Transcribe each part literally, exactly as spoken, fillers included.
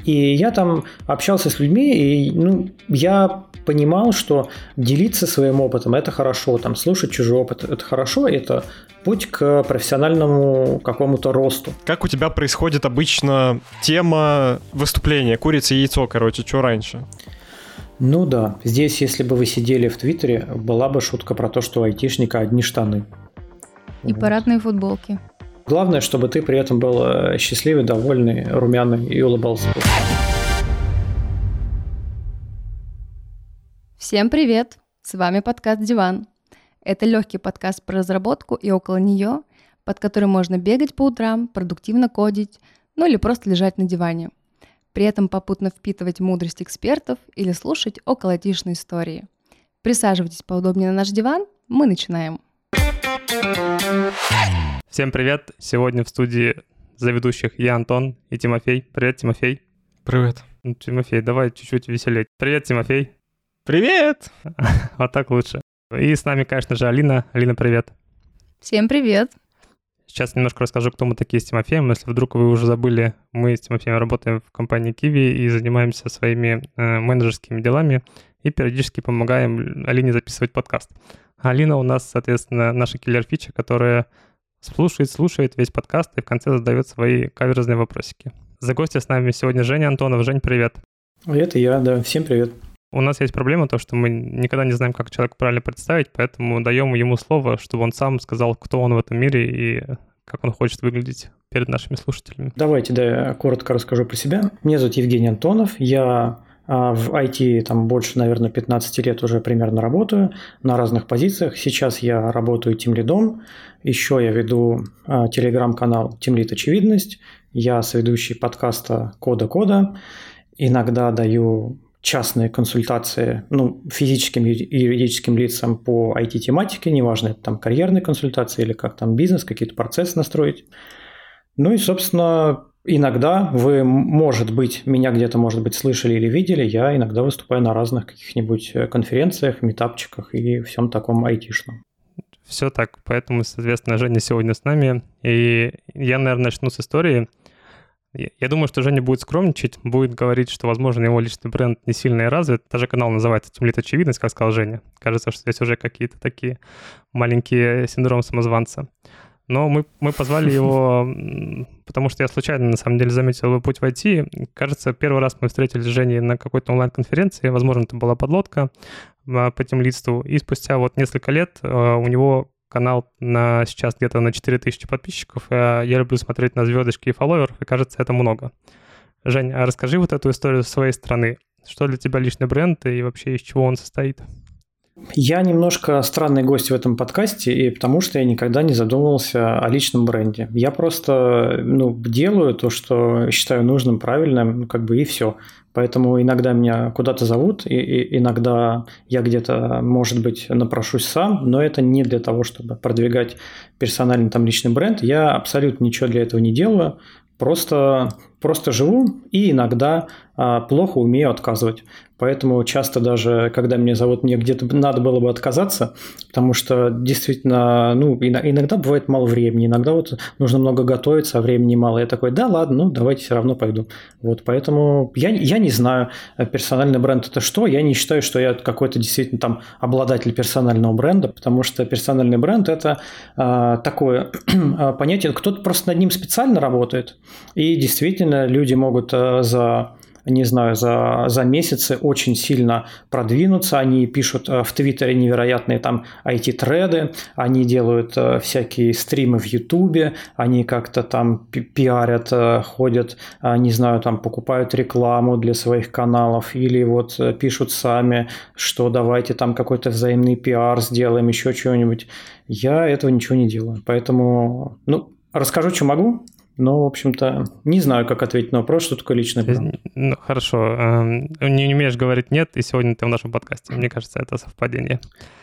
И я там общался с людьми, и ну, я понимал, что делиться своим опытом – это хорошо, там, слушать чужой опыт – это хорошо, это путь к профессиональному какому-то росту. Как у тебя происходит обычно тема выступления? Курица, яйцо, короче, что раньше? Ну да, здесь, если бы вы сидели в Твиттере, была бы шутка про то, что у айтишника одни штаны. И вот. Парадные футболки. Главное, чтобы ты при этом был счастливый, довольный, румяный и улыбался. Всем привет! С вами подкаст «Диван». Это легкий подкаст про разработку и около нее, под которым можно бегать по утрам, продуктивно кодить, ну или просто лежать на диване. При этом попутно впитывать мудрость экспертов или слушать околоайтишные истории. Присаживайтесь поудобнее на наш диван, мы начинаем. Всем привет! Сегодня в студии заведущих я, Антон, и Тимофей. Привет, Тимофей. Привет. Ну, Тимофей, давай чуть-чуть веселее. Привет, Тимофей. Привет! Вот так лучше. И с нами, конечно же, Алина. Алина, привет. Всем привет. Сейчас немножко расскажу, кто мы такие с Тимофеем. Если вдруг вы уже забыли, мы с Тимофеем работаем в компании Kiwi и занимаемся своими э, менеджерскими делами и периодически помогаем Алине записывать подкаст. Алина у нас, соответственно, наша киллер-фича, которая слушает, слушает весь подкаст и в конце задает свои каверзные вопросики. За гостя с нами сегодня Женя Антонов. Жень, привет. Это я, да. Всем привет. У нас есть проблема, то, что мы никогда не знаем, как человека правильно представить, поэтому даем ему слово, чтобы он сам сказал, кто он в этом мире и как он хочет выглядеть перед нашими слушателями. Давайте, да, я коротко расскажу про себя. Меня зовут Евгений Антонов, я в ай ти там больше, наверное, пятнадцать лет уже примерно работаю на разных позициях. Сейчас я работаю тимлидом, еще я веду телеграм-канал «Тимлид Очевидность», я соведущий подкаста «Кода-кода», иногда даю частные консультации, ну, физическим и юридическим лицам по ай ти-тематике, неважно, это там карьерные консультации или как там бизнес, какие-то процессы настроить. Ну и, собственно, иногда вы, может быть, меня где-то, может быть, слышали или видели, я иногда выступаю на разных каких-нибудь конференциях, митапчиках и всем таком айтишном. Все так, поэтому, соответственно, Женя сегодня с нами, и я, наверное, начну с истории. Я думаю, что Женя будет скромничать, будет говорить, что, возможно, его личный бренд не сильно и развит. Даже канал называется «Тимлид Очевидность», как сказал Женя. Кажется, что здесь уже какие-то такие маленькие синдром самозванца. Но мы, мы позвали его, потому что я случайно, на самом деле, заметил его путь в ай ти. Кажется, первый раз мы встретились с Женей на какой-то онлайн-конференции. Возможно, это была подлодка по тимлидству. И спустя вот несколько лет у него канал на, сейчас где-то на четыре тысячи подписчиков. Я люблю смотреть на звездочки и фолловеров, и кажется, это много. Жень, а расскажи вот эту историю со своей стороны. Что для тебя личный бренд и вообще из чего он состоит? Я немножко странный гость в этом подкасте, и потому что я никогда не задумывался о личном бренде. Я просто ну, делаю то, что считаю нужным, правильным, как бы и все. Поэтому иногда меня куда-то зовут, и, и иногда я где-то, может быть, напрошусь сам, но это не для того, чтобы продвигать персональный там личный бренд. Я абсолютно ничего для этого не делаю, просто, просто живу и иногда а, плохо умею отказывать. Поэтому часто даже, когда меня зовут, мне где-то надо было бы отказаться, потому что действительно, ну, иногда бывает мало времени, иногда вот нужно много готовиться, а времени мало. Я такой, да ладно, ну, давайте все равно пойду. Вот, поэтому я, я не знаю, персональный бренд – это что. Я не считаю, что я какой-то действительно там обладатель персонального бренда, потому что персональный бренд – это а, такое понятие, кто-то просто над ним специально работает, и действительно люди могут а, за... не знаю, за, за месяцы очень сильно продвинуться. Они пишут в Твиттере невероятные там ай ти-треды, они делают всякие стримы в Ютубе, они как-то там пиарят, ходят, не знаю, там покупают рекламу для своих каналов или вот пишут сами, что давайте там какой-то взаимный пиар сделаем, еще чего-нибудь. Я этого ничего не делаю. Поэтому, ну, расскажу, что могу. Но, в общем-то, не знаю, как ответить на вопрос, что такое личный бренд. Ну, хорошо. Не, не умеешь говорить «нет», и сегодня ты в нашем подкасте. Мне кажется, это совпадение.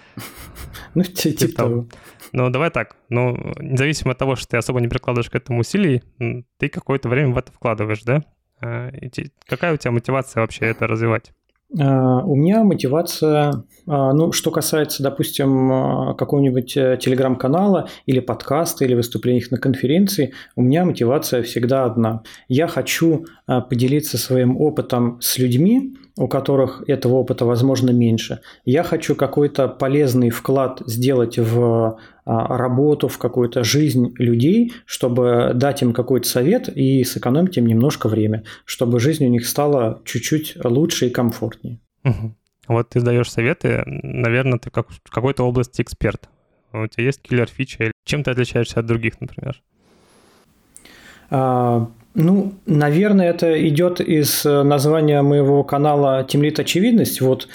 Ну, типа того. Ну, давай так. Ну, независимо от того, что ты особо не прикладываешь к этому усилий, ты какое-то время в это вкладываешь, да? Какая у тебя мотивация вообще это развивать? У меня мотивация, ну, что касается, допустим, какого-нибудь телеграм-канала или подкаста, или выступлений на конференции, у меня мотивация всегда одна. Я хочу поделиться своим опытом с людьми, у которых этого опыта, возможно, меньше. Я хочу какой-то полезный вклад сделать в работу, в какую-то жизнь людей, чтобы дать им какой-то совет и сэкономить им немножко время, чтобы жизнь у них стала чуть-чуть лучше и комфортнее. Угу. Вот ты даешь советы, наверное, ты как в какой-то области эксперт. У тебя есть киллер-фича, или чем ты отличаешься от других, например? А, ну, наверное, это идет из названия моего канала «Тимлит Очевидность». Вот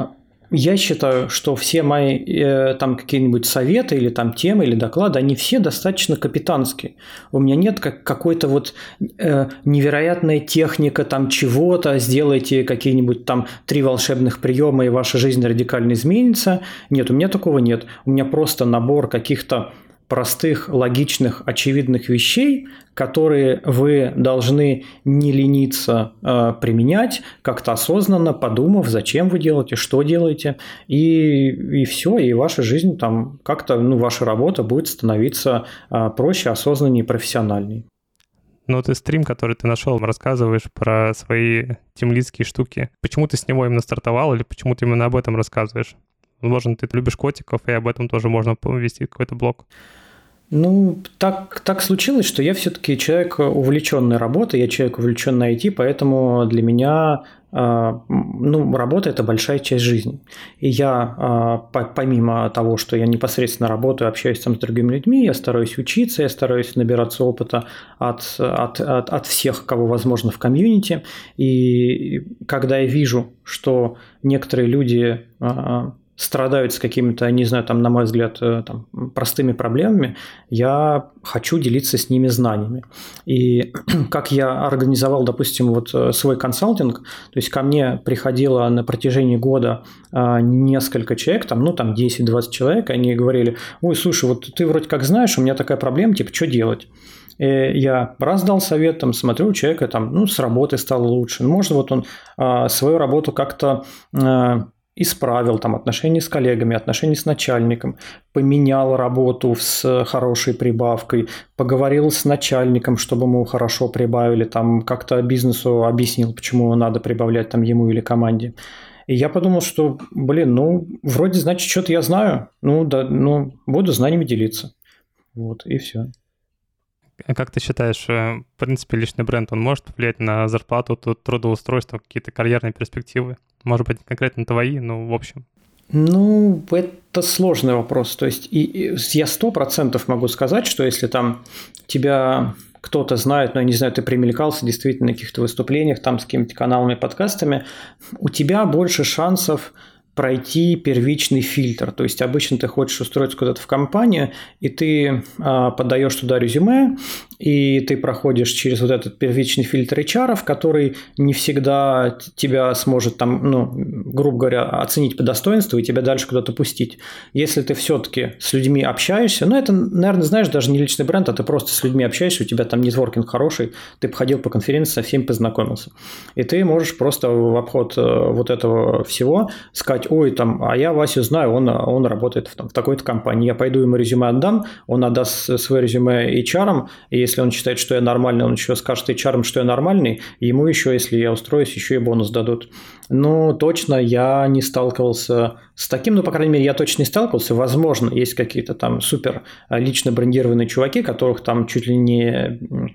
я считаю, что все мои э, там какие-нибудь советы или там темы или доклады, они все достаточно капитанские. У меня нет как какой-то вот э, невероятная техника там чего-то, сделайте какие-нибудь там три волшебных приема и ваша жизнь радикально изменится. Нет, у меня такого нет. У меня просто набор каких-то простых, логичных, очевидных вещей, которые вы должны не лениться э, применять, как-то осознанно, подумав, зачем вы делаете, что делаете, и, и все, и ваша жизнь там как-то, ну, ваша работа будет становиться э, проще, осознаннее, профессиональней. Ну, ты стрим, который ты нашел, рассказываешь про свои тимлидские штуки. Почему ты с него именно стартовал, или почему ты именно об этом рассказываешь? Возможно, ты любишь котиков, и об этом тоже можно вести какой-то блог. Ну, так, так случилось, что я все-таки человек увлеченный работой, я человек увлеченный ай ти, поэтому для меня ну, работа – это большая часть жизни. И я, помимо того, что я непосредственно работаю, общаюсь там с другими людьми, я стараюсь учиться, я стараюсь набираться опыта от, от, от, от всех, кого возможно в комьюнити. И когда я вижу, что некоторые люди страдают с какими-то, не знаю, там, на мой взгляд, там, простыми проблемами, я хочу делиться с ними знаниями. И как я организовал, допустим, вот свой консалтинг, то есть ко мне приходило на протяжении года несколько человек, там, ну, там десять-двадцать человек, и они говорили: ой, слушай, вот ты вроде как знаешь, у меня такая проблема, типа, что делать? И я раз дал совет, там, смотрю, у человека там, ну, с работы стало лучше. Может, вот он а, свою работу как-то а, исправил, там, отношения с коллегами, отношения с начальником, поменял работу с хорошей прибавкой, поговорил с начальником, чтобы ему хорошо прибавили, там, как-то бизнесу объяснил, почему надо прибавлять там ему или команде. И я подумал, что, блин, ну, вроде, значит, что-то я знаю, ну, да, ну, буду знаниями делиться. Вот, и все. А как ты считаешь, в принципе, личный бренд, он может влиять на зарплату, трудоустройство, какие-то карьерные перспективы? Может быть, не конкретно твои, но в общем. Ну, это сложный вопрос. То есть и, и я сто процентов могу сказать, что если там тебя кто-то знает, но я не знаю, ты примелькался действительно на каких-то выступлениях, там с какими-то каналами, подкастами, у тебя больше шансов пройти первичный фильтр. То есть обычно ты хочешь устроиться куда-то в компанию, и ты а, подаешь туда резюме, и ты проходишь через вот этот первичный фильтр эйч ар, который не всегда тебя сможет там, ну, грубо говоря, оценить по достоинству и тебя дальше куда-то пустить. Если ты все-таки с людьми общаешься, ну, это, наверное, знаешь, даже не личный бренд, а ты просто с людьми общаешься, у тебя там нетворкинг хороший, ты походил по конференции, со всеми познакомился. И ты можешь просто в обход вот этого всего сказать: ой, там, а я Васю знаю, он, он работает в, там, в такой-то компании, я пойду ему резюме отдам, он отдаст свое резюме эйч ар, и если он считает, что я нормальный, он еще скажет эйч ар, что я нормальный, ему еще, если я устроюсь, еще и бонус дадут. Ну, точно я не сталкивался с таким, ну, по крайней мере, я точно не сталкивался. Возможно, есть какие-то там супер лично брендированные чуваки, которых там чуть ли не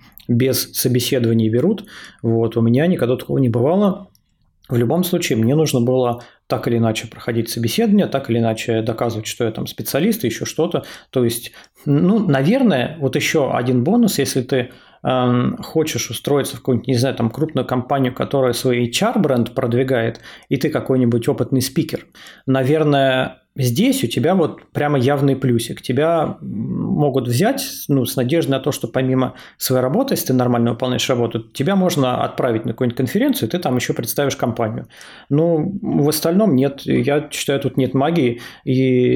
без собеседований берут. Вот, у меня никогда такого не бывало. В любом случае, мне нужно было так или иначе проходить собеседование, так или иначе доказывать, что я там специалист и еще что-то. То есть, ну, наверное, вот еще один бонус, если ты э, хочешь устроиться в какую-нибудь, не знаю, там, крупную компанию, которая свой эйч ар-бренд продвигает, и ты какой-нибудь опытный спикер, наверное, здесь у тебя вот прямо явный плюсик. Тебя могут взять, ну, с надеждой на то, что помимо своей работы, если ты нормально выполняешь работу, тебя можно отправить на какую-нибудь конференцию, и ты там еще представишь компанию. Ну, в остальном нет. Я считаю, тут нет магии. И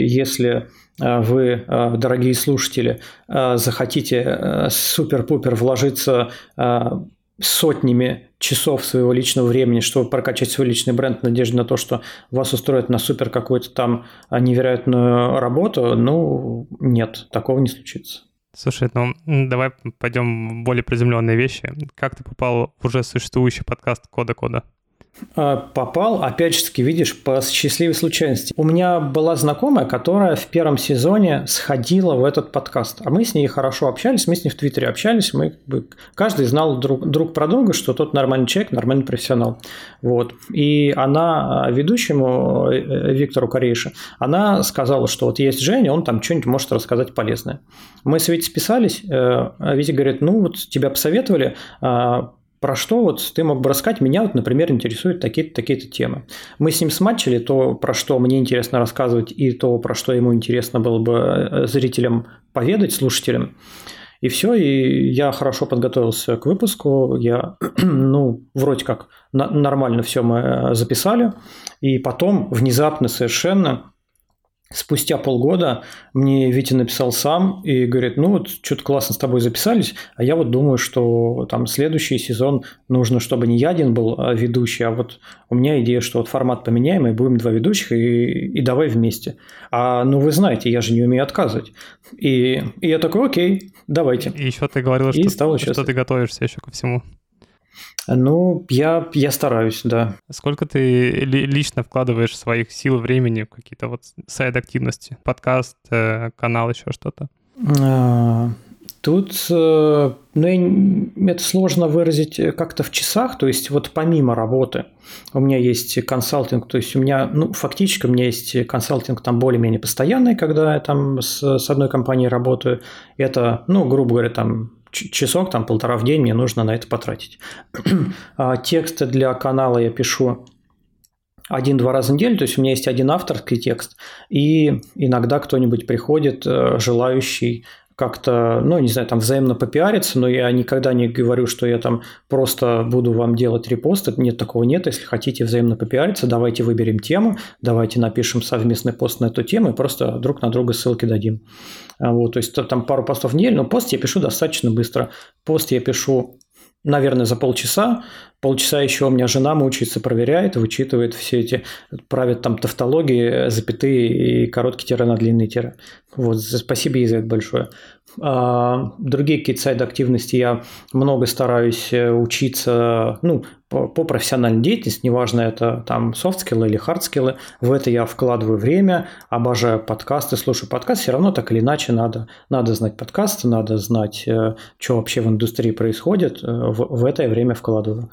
если вы, дорогие слушатели, захотите супер-пупер вложиться сотнями часов своего личного времени, чтобы прокачать свой личный бренд в надежде на то, что вас устроят на супер какую-то там невероятную работу, ну, нет, такого не случится. Слушай, ну давай пойдем в более приземленные вещи. Как ты попал в уже существующий подкаст «Кода-кода»? Попал, опять же таки, видишь, по счастливой случайности. У меня была знакомая, которая в первом сезоне сходила в этот подкаст. А мы с ней хорошо общались, мы с ней в Твиттере общались, мы каждый знал друг, друг про друга, что тот нормальный человек, нормальный профессионал. Вот. И она ведущему Виктору Корейше, она сказала, что вот есть Женя, он там что-нибудь может рассказать полезное. Мы с Витей списались, Витя говорит, ну вот тебя посоветовали, про что вот ты мог бы рассказать? Меня вот, например, интересуют такие-то, такие-то темы. Мы с ним сматчили то, про что мне интересно рассказывать, и то, про что ему интересно было бы зрителям поведать, слушателям. И все, и я хорошо подготовился к выпуску. Я, ну, вроде как на- нормально все мы записали. И потом внезапно совершенно... Спустя полгода мне Витя написал сам и говорит, ну вот что-то классно с тобой записались, а я вот думаю, что там следующий сезон нужно, чтобы не я один был ведущий, а вот у меня идея, что вот формат поменяем, и будем два ведущих, и, и давай вместе. А ну вы знаете, я же не умею отказывать. И, и я такой, окей, давайте. И еще ты говорил, и что, что ты готовишься еще ко всему. Ну, я, я стараюсь, да. Сколько ты лично вкладываешь своих сил, времени в какие-то вот сайд-активности? Подкаст, канал, еще что-то? Тут, ну, это сложно выразить как-то в часах, то есть вот помимо работы у меня есть консалтинг, то есть у меня, ну, фактически у меня есть консалтинг там более-менее постоянный, когда я там с, с одной компанией работаю, это, ну, грубо говоря, там часок, там полтора в день мне нужно на это потратить. Тексты для канала я пишу один-два раза в неделю, то есть у меня есть один авторский текст, и иногда кто-нибудь приходит, желающий как-то, ну, не знаю, там взаимно попиариться, но я никогда не говорю, что я там просто буду вам делать репосты, нет, такого нет, если хотите взаимно попиариться, давайте выберем тему, давайте напишем совместный пост на эту тему и просто друг на друга ссылки дадим. Вот, то есть там пару постов в неделю, но пост я пишу достаточно быстро. Пост я пишу, наверное, за полчаса. Полчаса еще у меня жена мучается, проверяет, вычитывает все эти, правит там тавтологии, запятые и короткие тире на длинные тире. Вот, спасибо ей за это большое. А другие какие-то сайд-активности я много стараюсь учиться, ну, по, по профессиональной деятельности, неважно, это там софт-скиллы или хард-скиллы, в это я вкладываю время, обожаю подкасты, слушаю подкасты, все равно так или иначе надо, надо знать подкасты, надо знать, что вообще в индустрии происходит, в, в это я время вкладываю.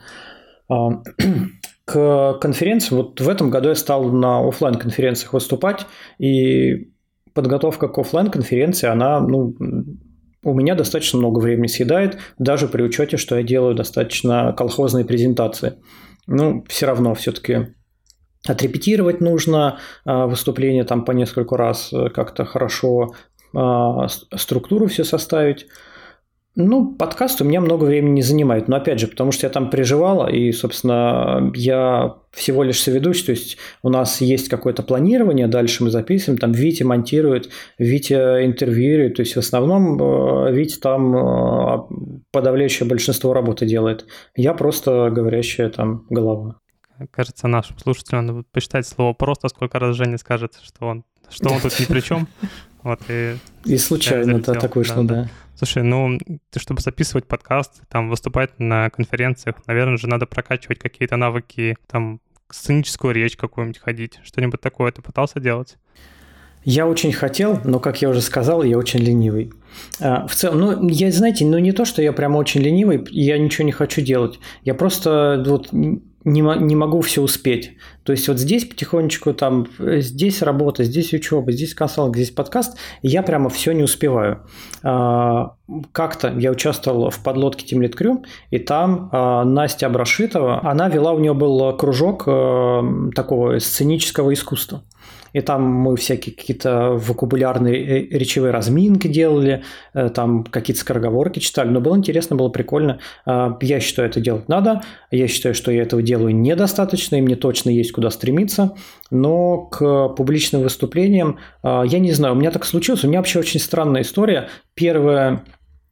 К конференции, вот в этом году я стал на офлайн-конференциях выступать, и подготовка к офлайн-конференции, она, ну, у меня достаточно много времени съедает, даже при учете, что я делаю достаточно колхозные презентации. Ну, все равно все-таки отрепетировать нужно, выступление там по нескольку раз, как-то хорошо структуру все составить. Ну, подкаст у меня много времени не занимает, но опять же, потому что я там приживала, и, собственно, я всего лишь соведущий, то есть у нас есть какое-то планирование, дальше мы записываем, там Витя монтирует, Витя интервьюирует, то есть в основном Витя там подавляющее большинство работы делает, я просто говорящая там голова. Кажется, нашим слушателям надо посчитать слово «просто», сколько раз Женя скажет, что он, что он тут ни при чем. Вот, и, и случайно да, так вышло, да. да. Слушай, ну, ты, чтобы записывать подкаст, там, выступать на конференциях, наверное же, надо прокачивать какие-то навыки, там, сценическую речь какую-нибудь ходить, что-нибудь такое ты пытался делать? Я очень хотел, но, как я уже сказал, я очень ленивый. В целом, ну, я, знаете, ну, не то, что я прямо очень ленивый, я ничего не хочу делать. Я просто вот не, не могу все успеть. То есть вот здесь потихонечку, там, здесь работа, здесь учеба, здесь консалтинг, здесь подкаст, и я прямо все не успеваю. Как-то я участвовал в подлодке Team Lead Crew, и там Настя Абрашитова, она вела, у нее был кружок такого сценического искусства. И там мы всякие какие-то вокабулярные речевые разминки делали, там какие-то скороговорки читали. Но было интересно, было прикольно. Я считаю, это делать надо. Я считаю, что я этого делаю недостаточно, и мне точно есть куда стремиться. Но к публичным выступлениям, я не знаю, у меня так случилось. У меня вообще очень странная история. Первое...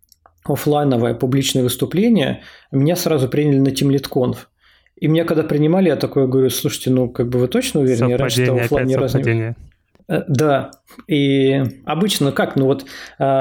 офлайновое публичное выступление, меня сразу приняли на TeamLead.Conf. И меня когда принимали, я такой говорю, слушайте, ну как бы вы точно уверены? Я раньше в офлайн ни разу не... Да, и обычно как, ну вот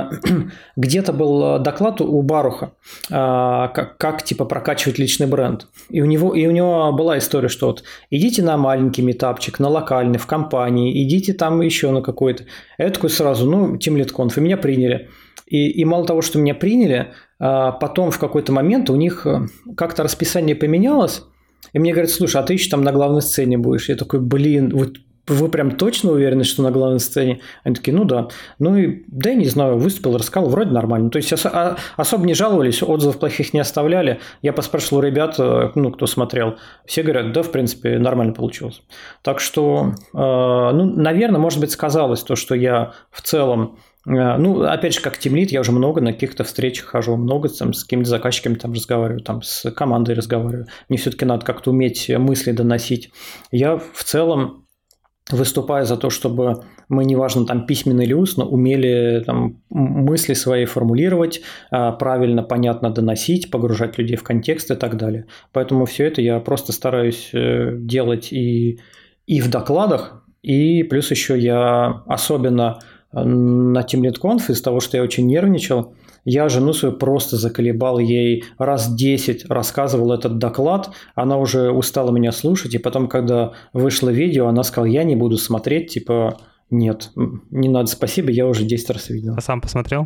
где-то был доклад у Баруха, как, как типа прокачивать личный бренд, и у него и у него была история, что вот идите на маленький митапчик, на локальный, в компании, идите там еще на какой-то, я такой сразу, ну TeamLead.Conf, и меня приняли, и, и мало того, что меня приняли, потом в какой-то момент у них как-то расписание поменялось, и мне говорят, слушай, а ты еще там на главной сцене будешь, я такой, блин, вот вы прям точно уверены, что на главной сцене? Они такие, ну да. Ну и, да, я не знаю, выступил, рассказал, вроде нормально. То есть ос- особо не жаловались, отзывов плохих не оставляли. Я поспрашивал ребят, ну, кто смотрел. Все говорят, да, в принципе, нормально получилось. Так что, э, ну, наверное, может быть, сказалось то, что я в целом, э, ну, опять же, как тимлид, я уже много на каких-то встречах хожу, много там, с какими-то заказчиками там разговариваю, там, с командой разговариваю. Мне все-таки надо как-то уметь мысли доносить. Я в целом выступая за то, чтобы мы, неважно, там, письменно или устно, умели там, мысли свои формулировать, правильно, понятно доносить, погружать людей в контекст и так далее. Поэтому все это я просто стараюсь делать и, и в докладах, и плюс еще я особенно на TeamLead.Conf из-за того, что я очень нервничал, я жену свою просто заколебал, ей раз десять рассказывал этот доклад, она уже устала меня слушать, и потом, когда вышло видео, она сказала, я не буду смотреть, типа, нет, не надо, спасибо, я уже десять раз видел. А сам посмотрел?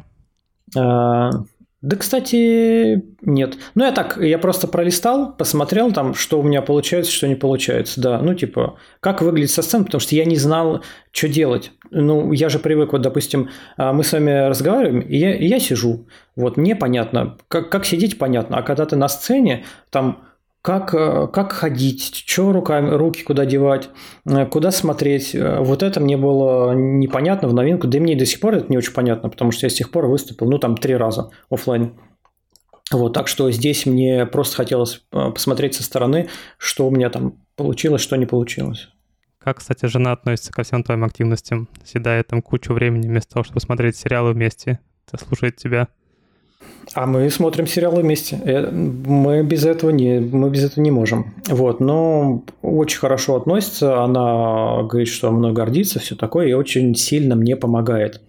А, да, кстати, нет. Ну, я так, я просто пролистал, посмотрел там, что у меня получается, что не получается, да, ну, типа, как выглядит со сцены, потому что я не знал, что делать. Ну, я же привык, вот, допустим, мы с вами разговариваем, и я, и я сижу, вот, мне понятно, как, как сидеть, понятно, а когда ты на сцене, там, как, как ходить, что руками, руки куда девать, куда смотреть, вот это мне было непонятно в новинку, да и мне до сих пор это не очень понятно, потому что я с тех пор выступил, ну, там, три раза офлайн. Вот, так что здесь мне просто хотелось посмотреть со стороны, что у меня там получилось, что не получилось. Как, кстати, жена относится ко всем твоим активностям? Съедает там кучу времени вместо того, чтобы смотреть сериалы вместе, слушает тебя? А мы смотрим сериалы вместе. Мы без этого не, мы без этого не можем. Вот, но очень хорошо относится. Она говорит, что мной гордится, все такое, и очень сильно мне помогает.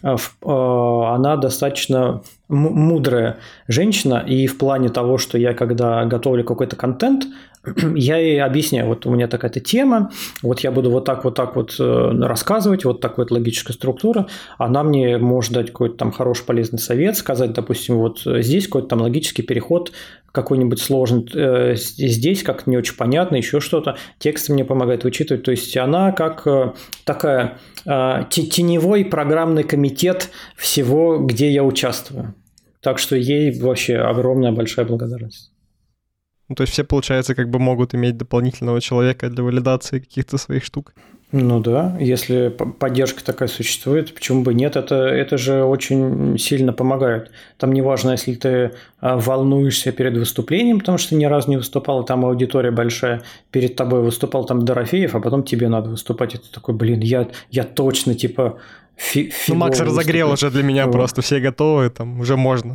Она достаточно мудрая женщина, и в плане того, что я, когда готовлю какой-то контент, я ей объясняю, вот у меня такая-то тема, вот я буду вот так, вот так вот рассказывать, вот такая вот логическая структура, она мне может дать какой-то там хороший полезный совет, сказать, допустим, вот здесь какой-то там логический переход какой-нибудь сложный, здесь как-то не очень понятно, еще что-то, текст мне помогает вычитывать, то есть она как такая теневой программный комитет всего, где я участвую. Так что ей вообще огромная большая благодарность. Ну, то есть все, получается, как бы могут иметь дополнительного человека для валидации каких-то своих штук? Ну да, если поддержка такая существует, почему бы нет, это, это же очень сильно помогает. Там не важно, если ты волнуешься перед выступлением, потому что ни разу не выступал, там аудитория большая, перед тобой выступал там Дорофеев, а потом тебе надо выступать, и ты такой, блин, я, я точно, типа, фи- Ну, Макс разогрел выступлю. уже для меня, вот. Просто все готовы, там уже можно.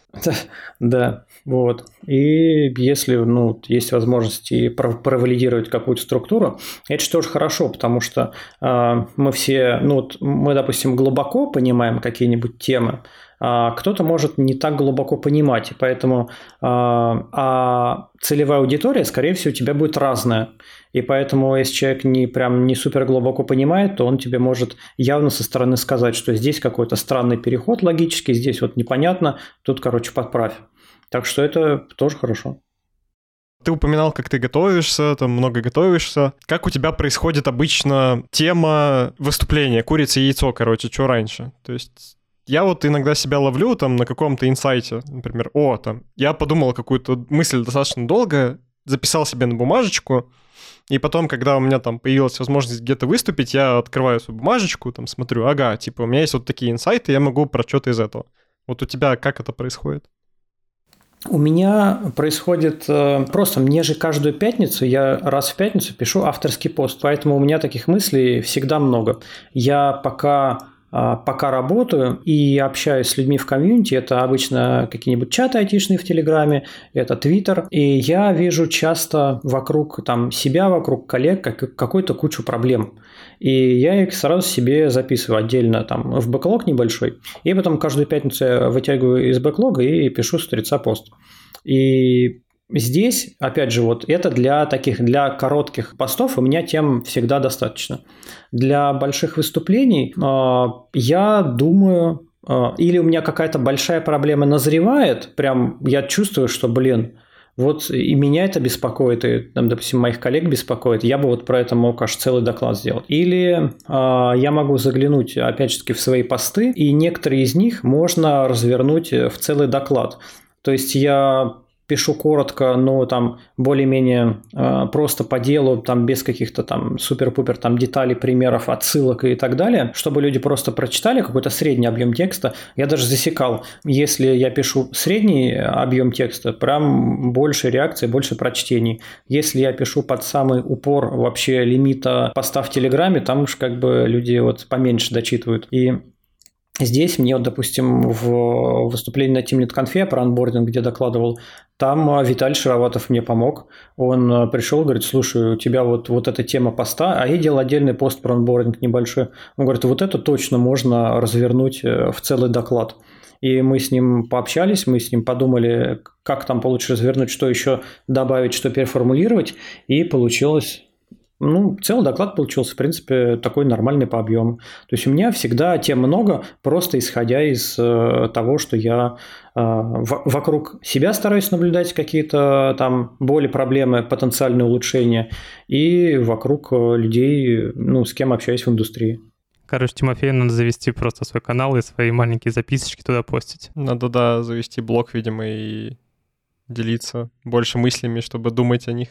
Да, вот. И если, ну, есть возможность и провалидировать какую-то структуру, это же тоже хорошо, потому что э, мы все, ну, вот мы, допустим, глубоко понимаем какие-нибудь темы, а кто-то может не так глубоко понимать, и поэтому э, а целевая аудитория, скорее всего, у тебя будет разная. И поэтому, если человек не прям не супер глубоко понимает, то он тебе может явно со стороны сказать, что здесь какой-то странный переход логический, здесь вот непонятно, тут, короче, подправь. Так что это тоже хорошо. Ты упоминал, как ты готовишься, там много готовишься. Как у тебя происходит обычно тема выступления, курица и яйцо, короче, что раньше? То есть я вот иногда себя ловлю там на каком-то инсайте, например, о, там, я подумал какую-то мысль достаточно долго, записал себе на бумажечку, и потом, когда у меня там появилась возможность где-то выступить, я открываю свою бумажечку, там смотрю, ага, типа у меня есть вот такие инсайты, я могу про что-то из этого. Вот у тебя как это происходит? У меня происходит просто, мне же каждую пятницу, я раз в пятницу пишу авторский пост, поэтому у меня таких мыслей всегда много. Я пока пока работаю и общаюсь с людьми в комьюнити, это обычно какие-нибудь чаты айтишные в Телеграме, это Твиттер, и я вижу часто вокруг там, себя, вокруг коллег как, какую-то кучу проблем. И я их сразу себе записываю отдельно там, в бэклог небольшой, и потом каждую пятницу я вытягиваю из бэклога и пишу с утреца пост. И здесь, опять же, вот это для таких, для коротких постов у меня тем всегда достаточно. Для больших выступлений э, я думаю, э, или у меня какая-то большая проблема назревает, прям я чувствую, что, блин, вот и меня это беспокоит, и, там, допустим, моих коллег беспокоит, я бы вот про это мог аж целый доклад сделать. Или э, я могу заглянуть, опять же таки, в свои посты, и некоторые из них можно развернуть в целый доклад. То есть я пишу коротко, но там более-менее э, просто по делу, там без каких-то там супер-пупер там деталей, примеров, отсылок и так далее, чтобы люди просто прочитали какой-то средний объем текста. Я даже засекал, если я пишу средний объем текста, прям больше реакций, больше прочтений. Если я пишу под самый упор вообще лимита поста в Телеграме, там уж как бы люди вот поменьше дочитывают. И здесь мне, вот, допустим, в выступлении на TeamLead-конфе про анбординг, где докладывал, там Виталий Шароватов мне помог. Он пришел, говорит, слушай, у тебя вот, вот эта тема поста, а я делал отдельный пост про анбординг небольшой. Он говорит, вот это точно можно развернуть в целый доклад. И мы с ним пообщались, мы с ним подумали, как там получше развернуть, что еще добавить, что переформулировать, и получилось... Ну, целый доклад получился, в принципе, такой нормальный по объему. То есть у меня всегда тем много, просто исходя из э, того, что я э, в- вокруг себя стараюсь наблюдать какие-то там боли, проблемы, потенциальные улучшения, и вокруг людей, ну, с кем общаюсь в индустрии. Короче, Тимофею надо завести просто свой канал и свои маленькие записочки туда постить. Надо, да, завести блог, видимо, и делиться больше мыслями, чтобы думать о них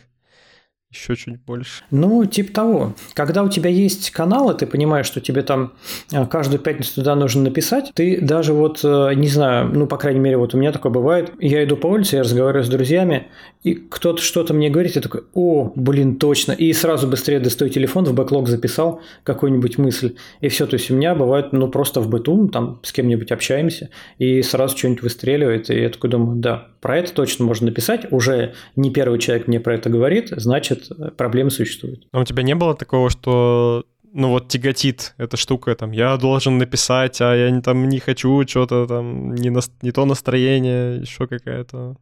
еще чуть больше. Ну, типа того. Когда у тебя есть канал, и ты понимаешь, что тебе там каждую пятницу туда нужно написать, ты даже вот, не знаю, ну, по крайней мере, вот у меня такое бывает, я иду по улице, я разговариваю с друзьями, и кто-то что-то мне говорит, я такой, о, блин, точно, и сразу быстрее достаю телефон, в бэклог записал какую-нибудь мысль, и все, то есть у меня бывает, ну, просто в быту, там, с кем-нибудь общаемся, и сразу что-нибудь выстреливает, и я такой думаю, да, про это точно можно написать, уже не первый человек мне про это говорит, значит, проблемы существуют. А у тебя не было такого, что, ну вот, тяготит эта штука, там, я должен написать, а я там не хочу, что-то там, не, на, не то настроение, еще какая-то...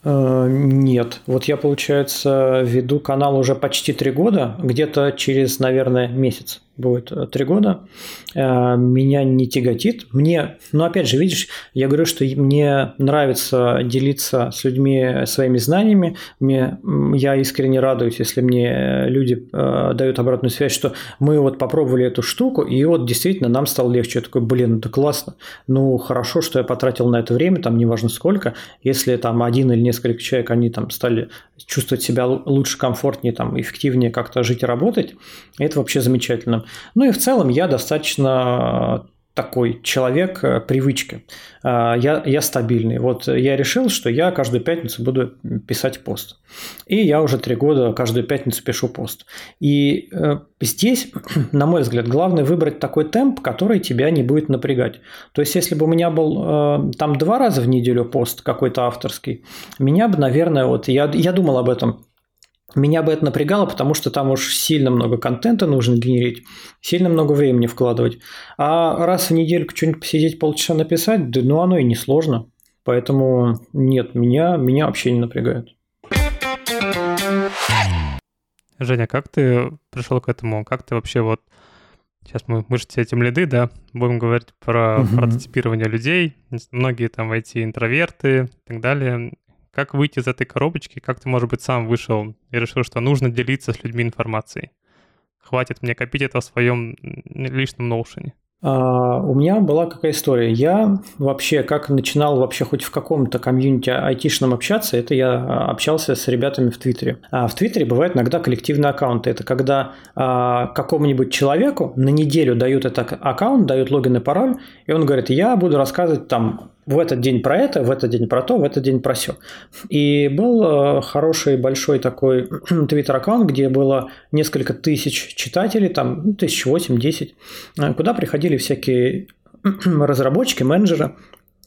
Нет. Вот я, получается, веду канал уже почти три года, где-то через, наверное, месяц будет три года. Меня не тяготит. Мне, ну, опять же, видишь, я говорю, что мне нравится делиться с людьми своими знаниями. Мне, я искренне радуюсь, если мне люди дают обратную связь, что мы вот попробовали эту штуку, и вот действительно нам стало легче. Я такой, блин, да классно. Ну, хорошо, что я потратил на это время, там неважно сколько. Если там один или несколько человек, они там стали чувствовать себя лучше, комфортнее, там, эффективнее как-то жить и работать, это вообще замечательно. Ну и в целом я достаточно такой человек привычки. Я, я стабильный. Вот я решил, что я каждую пятницу буду писать пост. И я уже три года каждую пятницу пишу пост. И здесь, на мой взгляд, главное выбрать такой темп, который тебя не будет напрягать. То есть, если бы у меня был там два раза в неделю пост какой-то авторский, меня бы, наверное, вот я, я думал об этом, меня бы это напрягало, потому что там уж сильно много контента нужно генерить, сильно много времени вкладывать. А раз в недельку что-нибудь посидеть, полчаса написать, да ну оно и не сложно. Поэтому нет, меня, меня вообще не напрягает. Женя, как ты пришел к этому? Как ты вообще вот... Сейчас мы, мы же все TeamLead, да? Будем говорить про uh-huh. прототипирование людей. Многие там в ай ти-интроверты и так далее. Как выйти из этой коробочки? Как ты, может быть, сам вышел и решил, что нужно делиться с людьми информацией? Хватит мне копить это в своем личном ноушене. Uh, у меня была какая история. Я вообще, как начинал вообще хоть в каком-то комьюнити айтишном общаться, это я общался с ребятами в Твиттере. А в Твиттере бывают иногда коллективные аккаунты. Это когда uh, какому-нибудь человеку на неделю дают этот аккаунт, дают логин и пароль, и он говорит, я буду рассказывать там в этот день про это, в этот день про то, в этот день про сё. И был хороший большой такой твиттер-аккаунт, где было несколько тысяч читателей, там ну, тысяч восемь-десять, куда приходили всякие разработчики, менеджеры,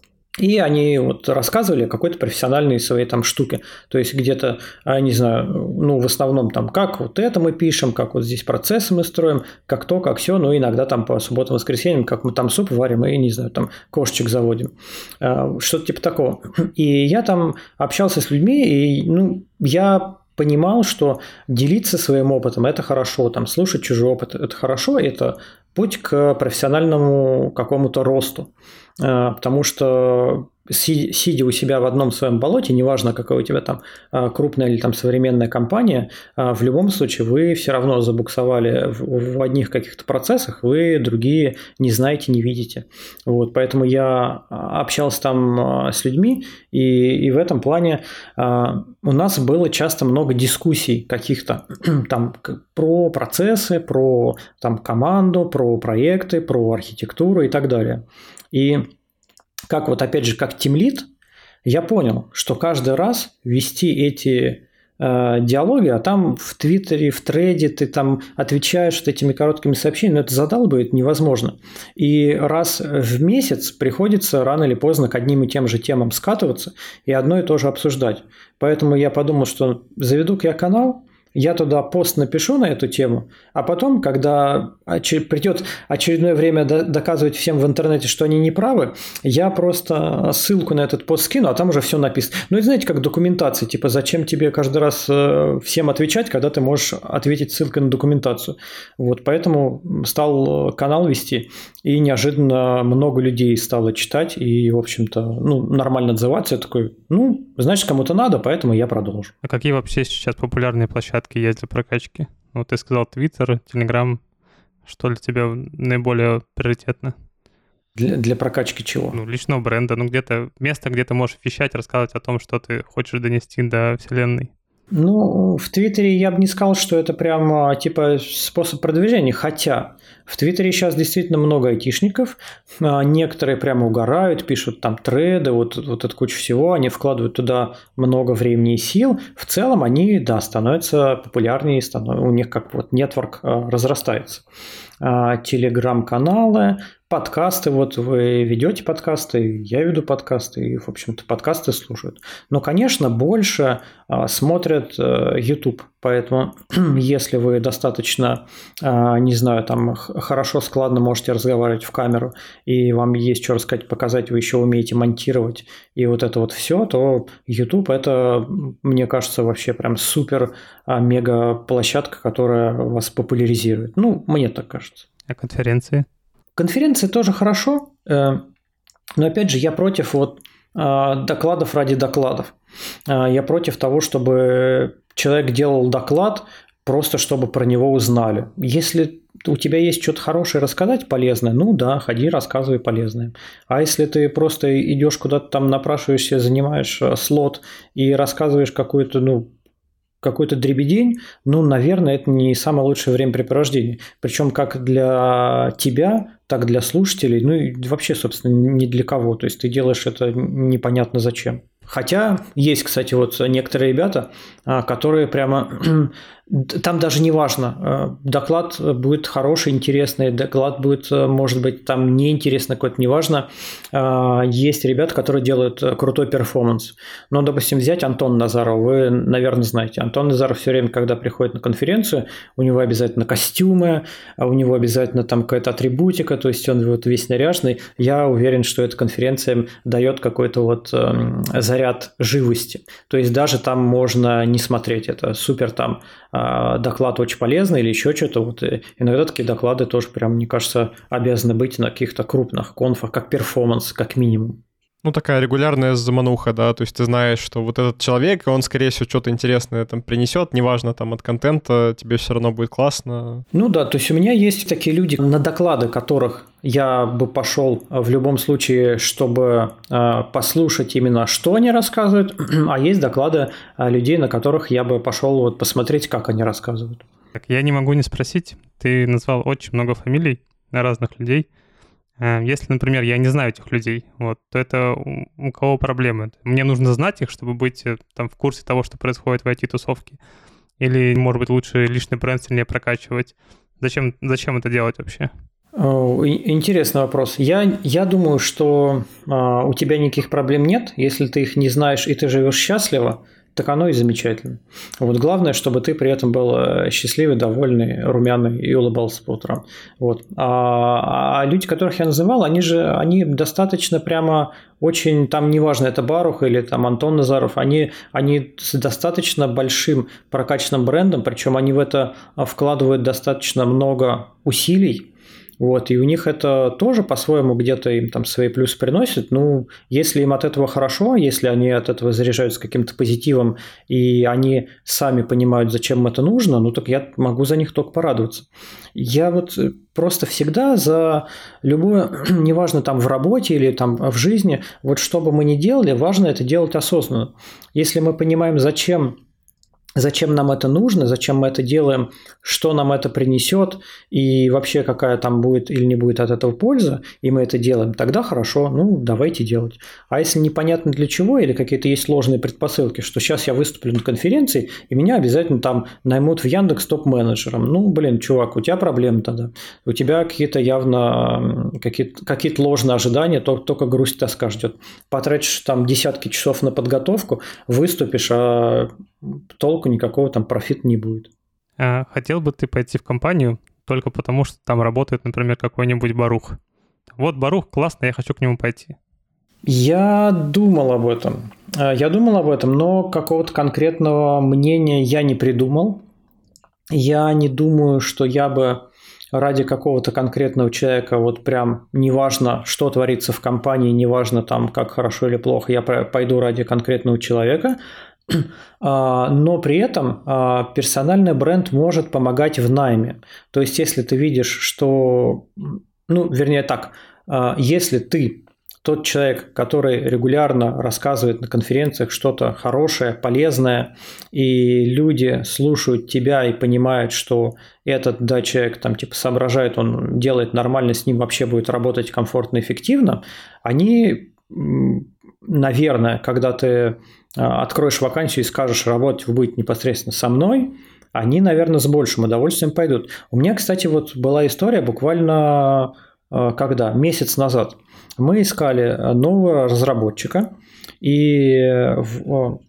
и они вот рассказывали о какой-то профессиональной своей там штуке. То есть где-то, не знаю, ну в основном там как вот это мы пишем, как вот здесь процессы мы строим, как то, как все, ну иногда там по субботам, воскресеньям, как мы там суп варим и, не знаю, там кошечек заводим. Что-то типа такого. И я там общался с людьми, и ну, я понимал, что делиться своим опытом – это хорошо, там, слушать чужой опыт – это хорошо, это путь к профессиональному какому-то росту. Потому что сидя у себя в одном своем болоте, неважно, какая у тебя там крупная или там современная компания, в любом случае вы все равно забуксовали в одних каких-то процессах, вы другие не знаете, не видите. Вот, поэтому я общался там с людьми, и, и в этом плане у нас было часто много дискуссий каких-то там про процессы, про там, команду, про проекты, про архитектуру и так далее. И как вот опять же, как тимлид, я понял, что каждый раз вести эти э, диалоги, а там в Твиттере, в Thread ты там отвечаешь вот этими короткими сообщениями, но это задалбывает невозможно. И раз в месяц приходится рано или поздно к одним и тем же темам скатываться и одно и то же обсуждать. Поэтому я подумал, что заведу-ка я канал, я туда пост напишу на эту тему, а потом, когда придет очередное время доказывать всем в интернете, что они не правы, я просто ссылку на этот пост скину, а там уже все написано. Ну, это знаете, как документация, типа, зачем тебе каждый раз всем отвечать, когда ты можешь ответить ссылкой на документацию. Вот, поэтому стал канал вести, и неожиданно много людей стало читать, и, в общем-то, ну, нормально отзываться. Я такой, ну, значит, кому-то надо, поэтому я продолжу. А какие вообще сейчас популярные площадки есть для прокачки? Вот ты сказал Twitter, Telegram. Что для тебя наиболее приоритетно? Для, для прокачки чего? Ну, личного бренда. Ну, где-то место, где ты можешь вещать, рассказывать о том, что ты хочешь донести до вселенной. Ну, в Твиттере я бы не сказал, что это прям типа способ продвижения, хотя в Твиттере сейчас действительно много айтишников, некоторые прямо угорают, пишут там треды, вот, вот эту кучу всего, они вкладывают туда много времени и сил, в целом они, да, становятся популярнее, становятся, у них как вот нетворк разрастается. Телеграм-каналы, подкасты, вот вы ведете подкасты, я веду подкасты, и, в общем-то, подкасты слушают. Но, конечно, больше смотрят YouTube, поэтому если вы достаточно, не знаю, там хорошо, складно можете разговаривать в камеру, и вам есть что рассказать, показать, вы еще умеете монтировать, и вот это вот все, то YouTube – это, мне кажется, вообще прям супер-мега площадка, которая вас популяризирует. Ну, мне так кажется. А конференции? Конференции тоже хорошо, но опять же я против вот докладов ради докладов. Я против того, чтобы человек делал доклад просто чтобы про него узнали. Если у тебя есть что-то хорошее рассказать, полезное, ну да, ходи, рассказывай полезное. А если ты просто идешь куда-то там, напрашиваешься, занимаешь слот и рассказываешь какую-то, ну, какой-то дребедень, ну, наверное, это не самое лучшее времяпрепровождение. Причем как для тебя, так для слушателей, ну и вообще, собственно, ни для кого. То есть ты делаешь это непонятно зачем. Хотя есть, кстати, вот некоторые ребята, которые прямо... Там даже не важно, доклад будет хороший, интересный, доклад будет, может быть, там неинтересный какой-то, неважно. Есть ребята, которые делают крутой перформанс. Но, допустим, взять Антона Назарова, вы, наверное, знаете. Антон Назаров все время, когда приходит на конференцию, у него обязательно костюмы, у него обязательно там какая-то атрибутика, то есть он вот весь наряженный. Я уверен, что эта конференция дает какой-то вот заряд живости. То есть даже там можно не смотреть, это супер там доклад очень полезный или еще что-то. Вот иногда такие доклады тоже прям, мне кажется, обязаны быть на каких-то крупных конфах, как перформанс, как минимум. Ну, такая регулярная замануха, да, то есть ты знаешь, что вот этот человек, он, скорее всего, что-то интересное там принесет, неважно, там, от контента, тебе все равно будет классно. Ну да, то есть у меня есть такие люди, на доклады которых я бы пошел в любом случае, чтобы э, послушать именно, что они рассказывают, а есть доклады людей, на которых я бы пошел вот посмотреть, как они рассказывают. Так, я не могу не спросить, ты назвал очень много фамилий разных людей. Если, например, я не знаю этих людей, вот, то это у кого проблемы? Мне нужно знать их, чтобы быть там в курсе того, что происходит в ай ти-тусовке? Или, может быть, лучше личный бренд сильнее прокачивать? Зачем, зачем это делать вообще? Интересный вопрос. Я, я думаю, что а, у тебя никаких проблем нет. Если ты их не знаешь и ты живешь счастливо, так оно и замечательно. Вот главное, чтобы ты при этом был счастливый, довольный, румяный и улыбался по утрам. Вот. А, а люди, которых я называл, они же они достаточно прямо очень, там неважно, это Барух или там Антон Назаров, они, они с достаточно большим прокачанным брендом, причем они в это вкладывают достаточно много усилий. Вот, и у них это тоже по-своему где-то им там свои плюсы приносит. Ну, если им от этого хорошо, если они от этого заряжаются каким-то позитивом, и они сами понимают, зачем им это нужно, ну, так я могу за них только порадоваться. Я вот просто всегда за любое, неважно там в работе или там в жизни, вот что бы мы ни делали, важно это делать осознанно. Если мы понимаем, зачем Зачем нам это нужно, зачем мы это делаем, что нам это принесет и вообще какая там будет или не будет от этого польза, и мы это делаем, тогда хорошо, ну давайте делать. А если непонятно для чего или какие-то есть ложные предпосылки, что сейчас я выступлю на конференции и меня обязательно там наймут в Яндекс топ-менеджером, ну блин, чувак, у тебя проблемы тогда, у тебя какие-то явно какие-то, какие-то ложные ожидания, только грусть, тоска ждет. Потратишь там десятки часов на подготовку, выступишь, а толку никакого там профита не будет. А хотел бы ты пойти в компанию только потому, что там работает, например, какой-нибудь Барух? Вот Барух, классно, я хочу к нему пойти. Я думал об этом. Я думал об этом, но какого-то конкретного мнения я не придумал. Я не думаю, что я бы ради какого-то конкретного человека, вот прям неважно, что творится в компании, неважно там, как хорошо или плохо, я пойду ради конкретного человека. Но при этом персональный бренд может помогать в найме. То есть, если ты видишь, что... Ну, вернее так, если ты тот человек, который регулярно рассказывает на конференциях что-то хорошее, полезное, и люди слушают тебя и понимают, что этот, да, человек там типа соображает, он делает нормально, с ним вообще будет работать комфортно, эффективно, они, наверное, когда ты откроешь вакансию и скажешь, работать вы будете непосредственно со мной, они, наверное, с большим удовольствием пойдут. У меня, кстати, вот была история буквально когда? Месяц назад. Мы искали нового разработчика, и в,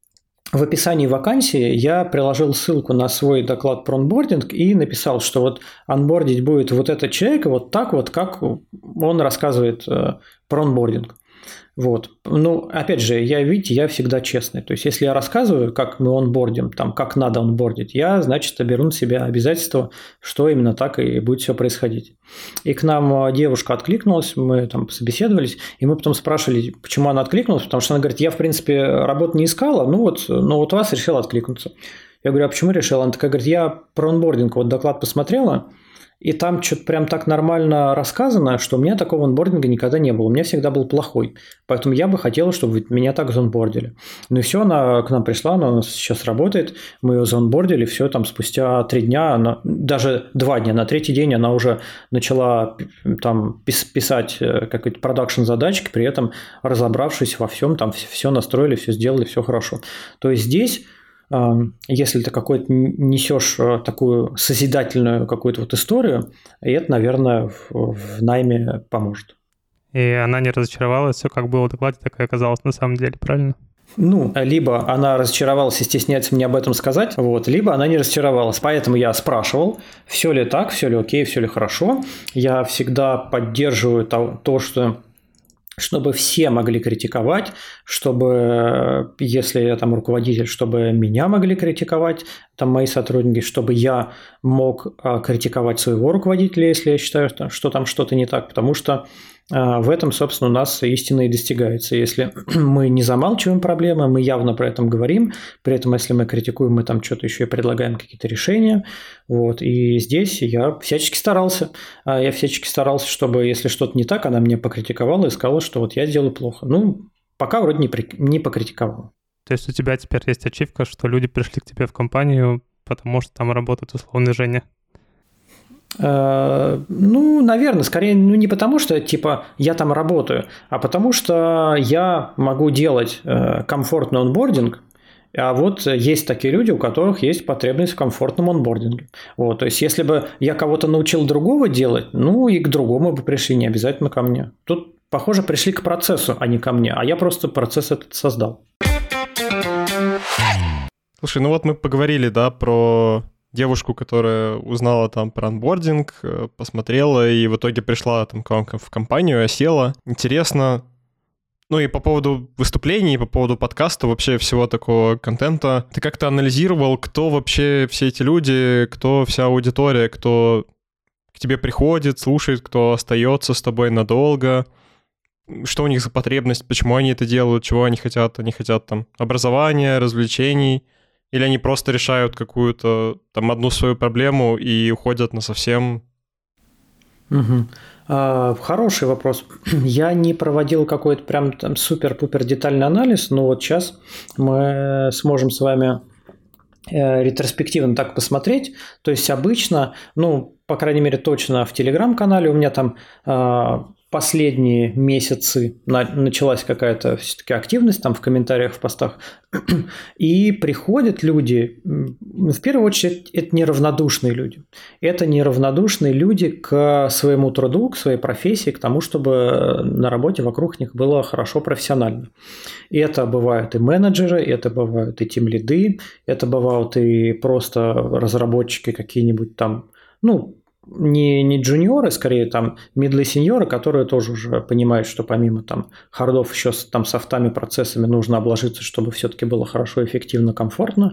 в описании вакансии я приложил ссылку на свой доклад про онбординг и написал, что вот онбордить будет вот этот человек вот так вот, как он рассказывает про онбординг. Вот. Ну, опять же, я, видите, я всегда честный. То есть, если я рассказываю, как мы онбордим, там, как надо онбордить, я, значит, беру на себя обязательство, что именно так и будет все происходить. И к нам девушка откликнулась, мы там собеседовались, и мы потом спрашивали, почему она откликнулась, потому что она говорит, я, в принципе, работу не искала, ну вот, ну вот у вас решила откликнуться. Я говорю, а почему решила? Она такая говорит, я про онбординг вот доклад посмотрела, и там что-то прям так нормально рассказано, что у меня такого онбординга никогда не было. У меня всегда был плохой. Поэтому я бы хотела, чтобы меня так заонбордили. Ну и все, она к нам пришла, она у нас сейчас работает. Мы ее заонбордили, все, там спустя три дня, она, даже два дня, на третий день она уже начала там писать какой-то продакшн задачки, при этом разобравшись во всем, там все настроили, все сделали, все хорошо. То есть здесь... Если ты какой-то несешь такую созидательную какую-то вот историю, и это, наверное, в, в найме поможет. И она не разочаровалась, все как было в докладе, так и оказалось на самом деле, правильно? Ну, либо она разочаровалась и стесняется мне об этом сказать, вот, либо она не разочаровалась. Поэтому я спрашивал, все ли так, все ли окей, все ли хорошо. Я всегда поддерживаю то, то что... чтобы все могли критиковать, чтобы, если я там руководитель, чтобы меня могли критиковать, там мои сотрудники, чтобы я мог критиковать своего руководителя, если я считаю, что там что-то не так, потому что в этом, собственно, у нас истина и достигается. Если мы не замалчиваем проблемы, мы явно про это говорим, при этом, если мы критикуем, мы там что-то еще и предлагаем какие-то решения. Вот. И здесь я всячески старался. Я всячески старался, чтобы, если что-то не так, она меня покритиковала и сказала, что вот я делаю плохо. Ну, пока вроде не, при... не покритиковала. То есть у тебя теперь есть ачивка, что люди пришли к тебе в компанию, потому что там работает условный Женя? Ну, наверное, скорее, ну, не потому, что, типа, я там работаю, а потому что я могу делать комфортный онбординг, а вот есть такие люди, у которых есть потребность в комфортном онбординге. Вот, то есть, если бы я кого-то научил другого делать, ну, и к другому бы пришли, не обязательно ко мне. Тут, похоже, пришли к процессу, а не ко мне, а я просто процесс этот создал. Слушай, ну вот мы поговорили, да, про... девушку, которая узнала там про онбординг, посмотрела и в итоге пришла там к вам в компанию, осела. Интересно. Ну и по поводу выступлений, по поводу подкаста, вообще всего такого контента. Ты как-то анализировал, кто вообще все эти люди, кто вся аудитория, кто к тебе приходит, слушает, кто остается с тобой надолго, что у них за потребность, почему они это делают, чего они хотят. Они хотят там образования, развлечений, или они просто решают какую-то там одну свою проблему и уходят насовсем? Угу. А, хороший вопрос. Я не проводил какой-то прям там супер-пупер детальный анализ, но вот сейчас мы сможем с вами э, ретроспективно так посмотреть. То есть обычно, ну, по крайней мере, точно в Телеграм-канале у меня там... Э, последние месяцы началась какая-то все-таки активность там в комментариях, в постах, и приходят люди, в первую очередь, это неравнодушные люди. Это неравнодушные люди к своему труду, к своей профессии, к тому, чтобы на работе вокруг них было хорошо профессионально. И это бывают и менеджеры, это бывают и тимлиды, это бывают и просто разработчики какие-нибудь там, ну, Не, не джуниоры, скорее там мидлы сеньоры, которые тоже уже понимают, что помимо там хардов еще с там софтами, процессами нужно обложиться, чтобы все-таки было хорошо, эффективно, комфортно.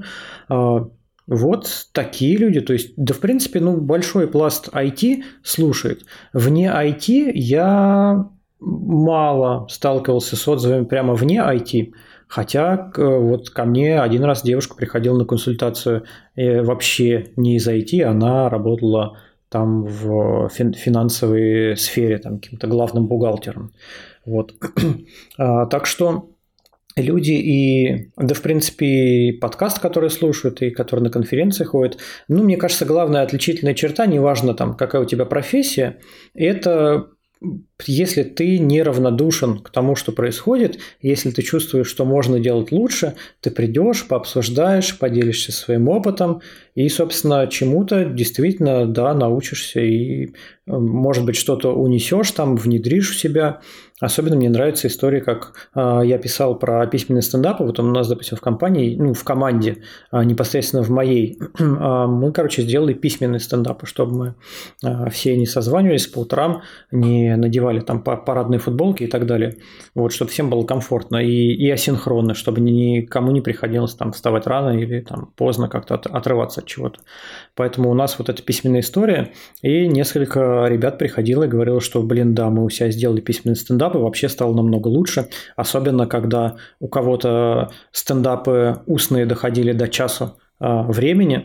Вот такие люди, то есть, да в принципе, ну большой пласт ай ти слушает. Вне ай ти я мало сталкивался с отзывами прямо вне ай ти. Хотя вот ко мне один раз девушка приходила на консультацию вообще не из ай ти, она работала там в финансовой сфере, там каким-то главным бухгалтером. Вот. А, так что люди и, да, в принципе, и подкаст, который слушают, и который на конференции ходят, ну, мне кажется, главная отличительная черта, неважно там, какая у тебя профессия, это если ты неравнодушен к тому, что происходит, если ты чувствуешь, что можно делать лучше, ты придешь, пообсуждаешь, поделишься своим опытом и, собственно, чему-то действительно, да, научишься и, может быть, что-то унесешь там, внедришь в себя. Особенно мне нравится история, как э, я писал про письменный стендап. Вот у нас, допустим, в компании, ну, в команде, э, непосредственно в моей, э, мы, короче, сделали письменный стендап, чтобы мы э, все не созванивались по утрам, не надевали там парадные футболки и так далее. Вот, чтобы всем было комфортно и, и асинхронно, чтобы никому не приходилось там вставать рано или там поздно как-то от, отрываться от чего-то. Поэтому у нас вот эта письменная история, и несколько ребят приходило и говорило, что, блин, да, мы у себя сделали письменный стендап, и вообще стало намного лучше, особенно когда у кого-то стендапы устные доходили до часу э, времени,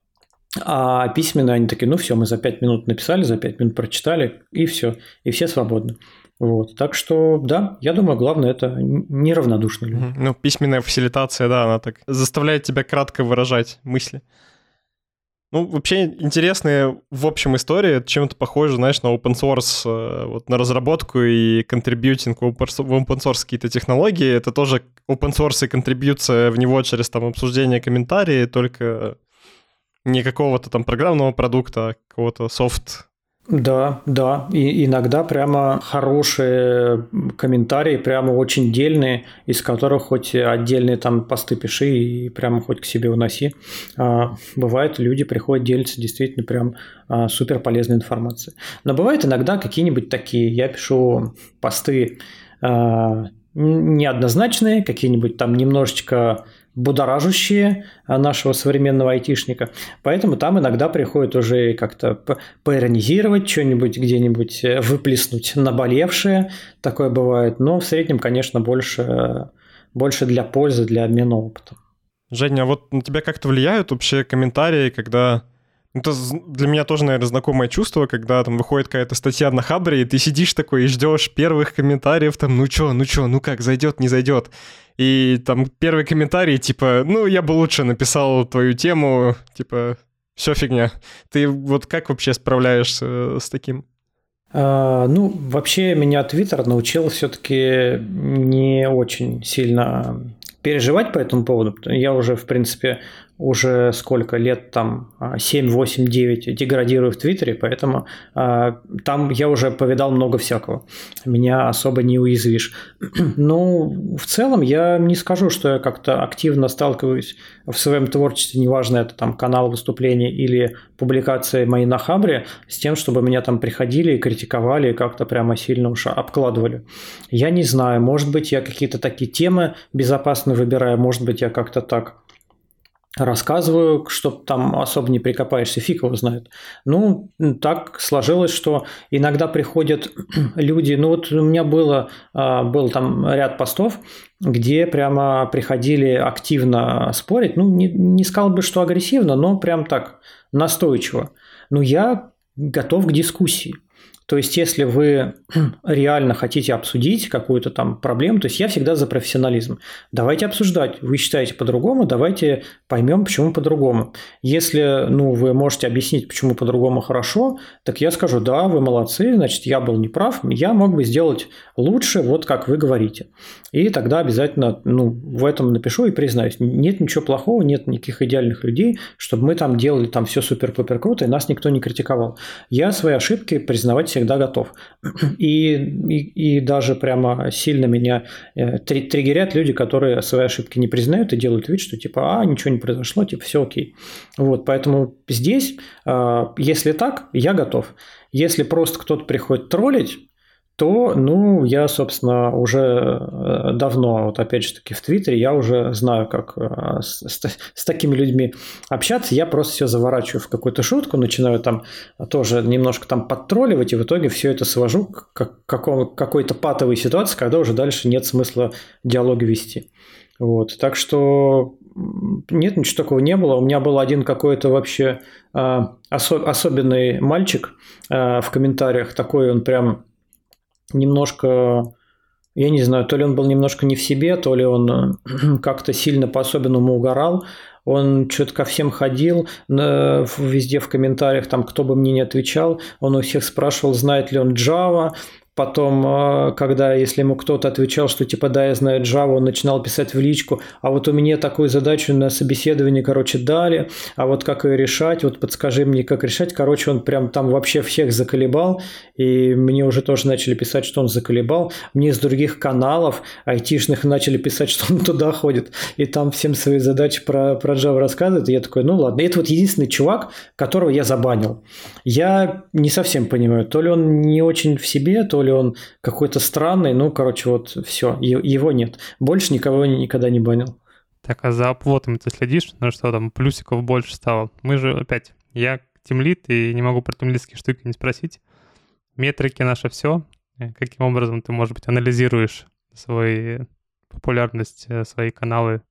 а письменные они такие, ну все, мы за пять минут написали, за пять минут прочитали, и все, и все свободны. Вот. Так что, да, я думаю, главное, это неравнодушные люди. Ну, письменная фасилитация, да, она так заставляет тебя кратко выражать мысли. Ну, вообще интересные, в общем, истории, чем-то похожи, знаешь, на open source, вот на разработку и контрибьютинг в open source какие-то технологии. Это тоже open source и контрибьюция в него через там обсуждение, комментарии, только не какого-то там программного продукта, а какого-то софт. Да, да, и иногда прямо хорошие комментарии, прямо очень дельные, из которых хоть отдельные там посты пиши и прямо хоть к себе уноси. А, бывает, люди приходят делиться действительно прям а, супер полезной информацией. Но бывает иногда какие-нибудь такие, я пишу посты а, неоднозначные, какие-нибудь там немножечко будоражащие нашего современного айтишника. Поэтому там иногда приходит уже как-то поиронизировать, что-нибудь где-нибудь выплеснуть наболевшее. Такое бывает. Но в среднем, конечно, больше, больше для пользы, для обмена опытом. Женя, а вот на тебя как-то влияют вообще комментарии, когда... Это для меня тоже, наверное, знакомое чувство, когда там выходит какая-то статья на Хабре, и ты сидишь такой и ждешь первых комментариев, там, ну чё, ну чё, ну как, зайдет, не зайдет. И там первый комментарий, типа, ну, я бы лучше написал твою тему, типа, все фигня. Ты вот как вообще справляешься с таким? А, ну, вообще меня Твиттер научил все-таки не очень сильно переживать по этому поводу. Я уже, в принципе, уже сколько лет, там, семь, восемь, девять деградирую в Твиттере, поэтому а, там я уже повидал много всякого. Меня особо не уязвишь. Ну, в целом, я не скажу, что я как-то активно сталкиваюсь в своем творчестве, неважно, это там канал выступлений или публикации мои на Хабре, с тем, чтобы меня там приходили и критиковали, и как-то прямо сильно уж обкладывали. Я не знаю, может быть, я какие-то такие темы безопасно выбираю, может быть, я как-то так рассказываю, чтобы там особо не прикопаешься, фиг его знает. Ну, так сложилось, что иногда приходят люди, ну вот у меня было, был там ряд постов, где прямо приходили активно спорить, ну, не, не сказал бы, что агрессивно, но прям так настойчиво. Но я готов к дискуссии. То есть, если вы реально хотите обсудить какую-то там проблему, то есть я всегда за профессионализм. Давайте обсуждать. Вы считаете по-другому, давайте поймем, почему по-другому. Если ну, вы можете объяснить, почему по-другому хорошо, так я скажу, да, вы молодцы, значит, я был неправ, я мог бы сделать лучше, вот как вы говорите. И тогда обязательно ну, в этом напишу и признаюсь. Нет ничего плохого, нет никаких идеальных людей, чтобы мы там делали там все супер-пупер круто, и нас никто не критиковал. Я свои ошибки признавать всегда готов. И, и, и даже прямо сильно меня триггерят люди, которые свои ошибки не признают и делают вид, что типа, а, ничего не произошло, типа, все окей. Вот, поэтому здесь, если так, я готов. Если просто кто-то приходит троллить, то, ну, я, собственно, уже давно, вот опять же таки в Твиттере, я уже знаю, как с, с, с такими людьми общаться, я просто все заворачиваю в какую-то шутку, начинаю там тоже немножко там подтролливать, и в итоге все это свожу к, к какому, какой-то патовой ситуации, когда уже дальше нет смысла диалоги вести. Вот, так что нет, ничего такого не было. У меня был один какой-то вообще а, осо- особенный мальчик а, в комментариях, такой он прям немножко, я не знаю, то ли он был немножко не в себе, то ли он как-то сильно по-особенному угорал. Он что-то ко всем ходил, везде в комментариях, там, кто бы мне не отвечал. Он у всех спрашивал, знает ли он Java. Потом, когда, если ему кто-то отвечал, что типа да, я знаю Java, он начинал писать в личку, а вот у меня такую задачу на собеседовании, короче, дали, а вот как ее решать, вот подскажи мне, как решать. Короче, он прям там вообще всех заколебал, и мне уже тоже начали писать, что он заколебал. Мне из других каналов айтишных начали писать, что он туда ходит, и там всем свои задачи про, про Java рассказывает, и я такой, ну ладно. И это вот единственный чувак, которого я забанил. Я не совсем понимаю, то ли он не очень в себе, то ли он какой-то странный, ну, короче, вот все, его нет. Больше никого никогда не банил. Так, а за апвотами ты следишь? Ну что там, плюсиков больше стало? Мы же опять, я тимлид и не могу про тимлидские штуки не спросить. Метрики наше все. Каким образом ты, может быть, анализируешь свою популярность, свои каналы?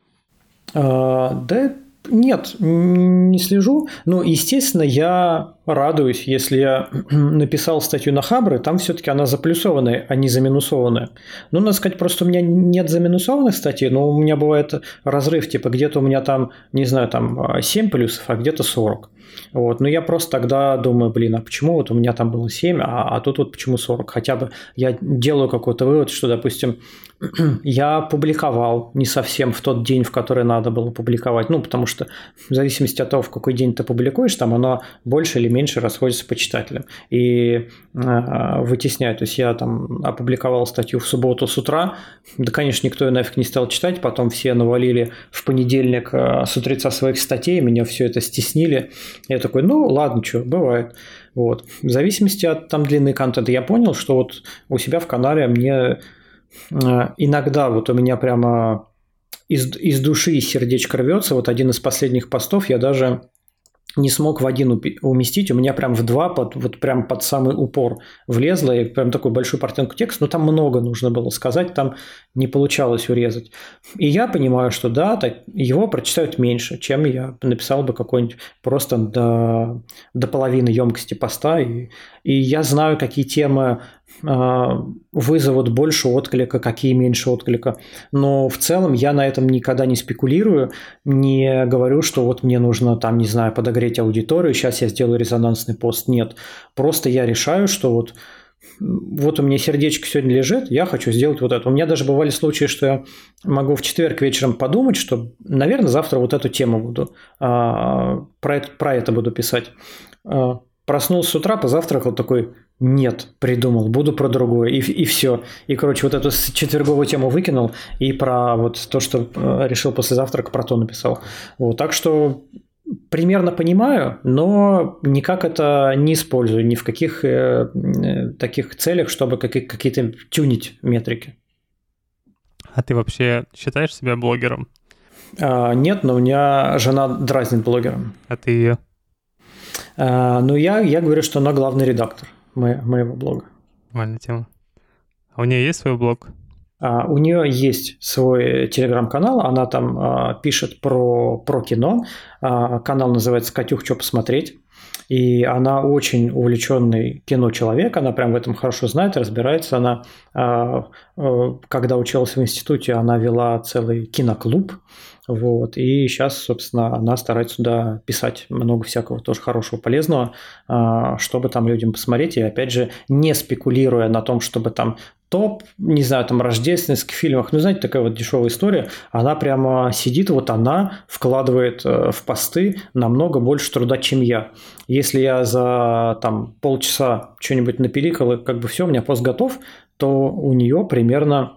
А, да нет, не слежу. Ну, естественно, я радуюсь, если я написал статью на Хабре, там все-таки она заплюсованная, а не заминусованная. Ну, надо сказать, просто у меня нет заминусованных статей, но у меня бывает разрыв, типа где-то у меня там, не знаю, там семь плюсов, а где-то сорок. Вот. Но я просто тогда думаю, блин, а почему вот у меня там было семь, а, а тут вот почему сорок? Хотя бы я делаю какой-то вывод, что, допустим, я публиковал не совсем в тот день, в который надо было публиковать, ну, потому что в зависимости от того, в какой день ты публикуешь, там оно больше или меньше расходится по читателям и э, вытесняет. То есть я там опубликовал статью в субботу с утра, да, конечно, никто ее нафиг не стал читать, потом все навалили в понедельник э, с утреца своих статей, меня все это стеснили. Я такой, ну, ладно, что, бывает. Вот. В зависимости от там длины контента я понял, что вот у себя в канале мне иногда вот у меня прямо из, из души и сердечко рвется. Вот один из последних постов я даже не смог в один уместить, у меня прям в два, под, вот прям под самый упор влезло, и прям такую большую портянку текста, но там много нужно было сказать, там не получалось урезать. И я понимаю, что да, так, его прочитают меньше, чем я написал бы какой-нибудь просто до, до половины емкости поста, и, и я знаю, какие темы вызовут больше отклика, какие меньше отклика. Но в целом я на этом никогда не спекулирую, не говорю, что вот мне нужно там, не знаю, подогреть аудиторию, сейчас я сделаю резонансный пост. Нет, просто я решаю, что вот вот у меня сердечко сегодня лежит, я хочу сделать вот это. У меня даже бывали случаи, что я могу в четверг вечером подумать, что, наверное, завтра вот эту тему буду, про это, про это буду писать. Проснулся с утра, позавтракал, такой, нет, придумал, буду про другое, и, и все. И, короче, вот эту четверговую тему выкинул, и про вот то, что решил после завтрака, про то написал. Вот, так что примерно понимаю, но никак это не использую, ни в каких э, таких целях, чтобы какие- какие-то тюнить метрики. А ты вообще считаешь себя блогером? А, нет, но у меня жена дразнит блогером. А ты ее? А, ну, я, я говорю, что она главный редактор мо- моего блога. Нормальная тема. А у нее есть свой блог? А, у нее есть свой телеграм-канал, она там а, пишет про, про кино. А, канал называется «Катюх, что посмотреть?». И она очень увлеченный кино человек, она прям в этом хорошо знает, разбирается. Она, а, а, когда училась в институте, она вела целый киноклуб. Вот, и сейчас, собственно, она старается туда писать много всякого тоже хорошего, полезного, а, чтобы там людям посмотреть. И, опять же, не спекулируя на том, чтобы там топ, не знаю, там, рождественских фильмах, ну, знаете, такая вот дешевая история, она прямо сидит, вот она вкладывает в посты намного больше труда, чем я. Если я за там полчаса что-нибудь напиликал, и как бы все, у меня пост готов, то у нее примерно,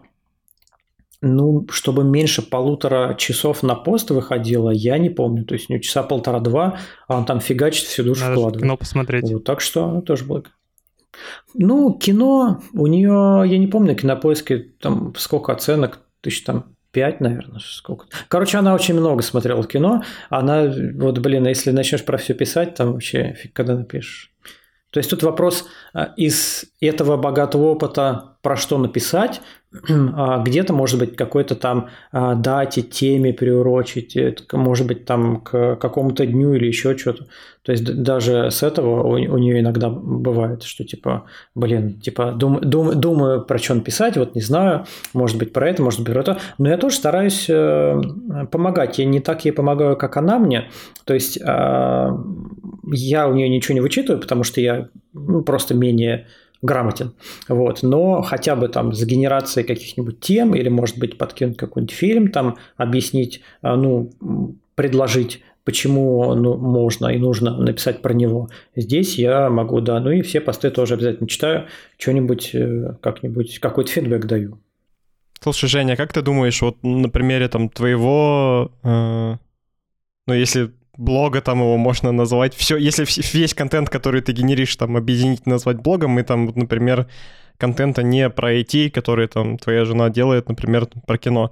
ну, чтобы меньше полутора часов на пост выходило, я не помню. То есть у нее часа полтора-два, а он там фигачит, всю душу Надо вкладывает. кино посмотреть. Вот, так что ну, тоже блог. Ну, кино, у нее, я не помню, Кинопоиске, там сколько оценок, тысяч там пять, наверное, сколько. Короче, она очень много смотрела кино. Она, вот, блин, если начнешь про все писать, там вообще фиг когда напишешь. То есть тут вопрос из этого богатого опыта про что написать, где-то, может быть, какой-то там дате, теме приурочить, может быть, там к какому-то дню или еще что-то. То есть даже с этого у, у нее иногда бывает, что типа, блин, типа дум, дум, думаю, про что написать, вот не знаю, может быть, про это, может быть, про это. Но я тоже стараюсь помогать. Я не так ей помогаю, как она мне. То есть я у нее ничего не вычитываю, потому что я ну, просто менее грамотен. Вот. Но хотя бы там с генерацией каких-нибудь тем или, может быть, подкинуть какой-нибудь фильм, там объяснить, ну, предложить, почему ну, можно и нужно написать про него. Здесь я могу, да. Ну и все посты тоже обязательно читаю, что-нибудь как-нибудь, какой-то фидбэк даю. Слушай, Женя, как ты думаешь, вот на примере там твоего, э, ну если блога там его можно назвать, все, если весь контент, который ты генеришь, там объединить, назвать блогом, и там, например, контента не про ай ти, который там твоя жена делает, например, про кино.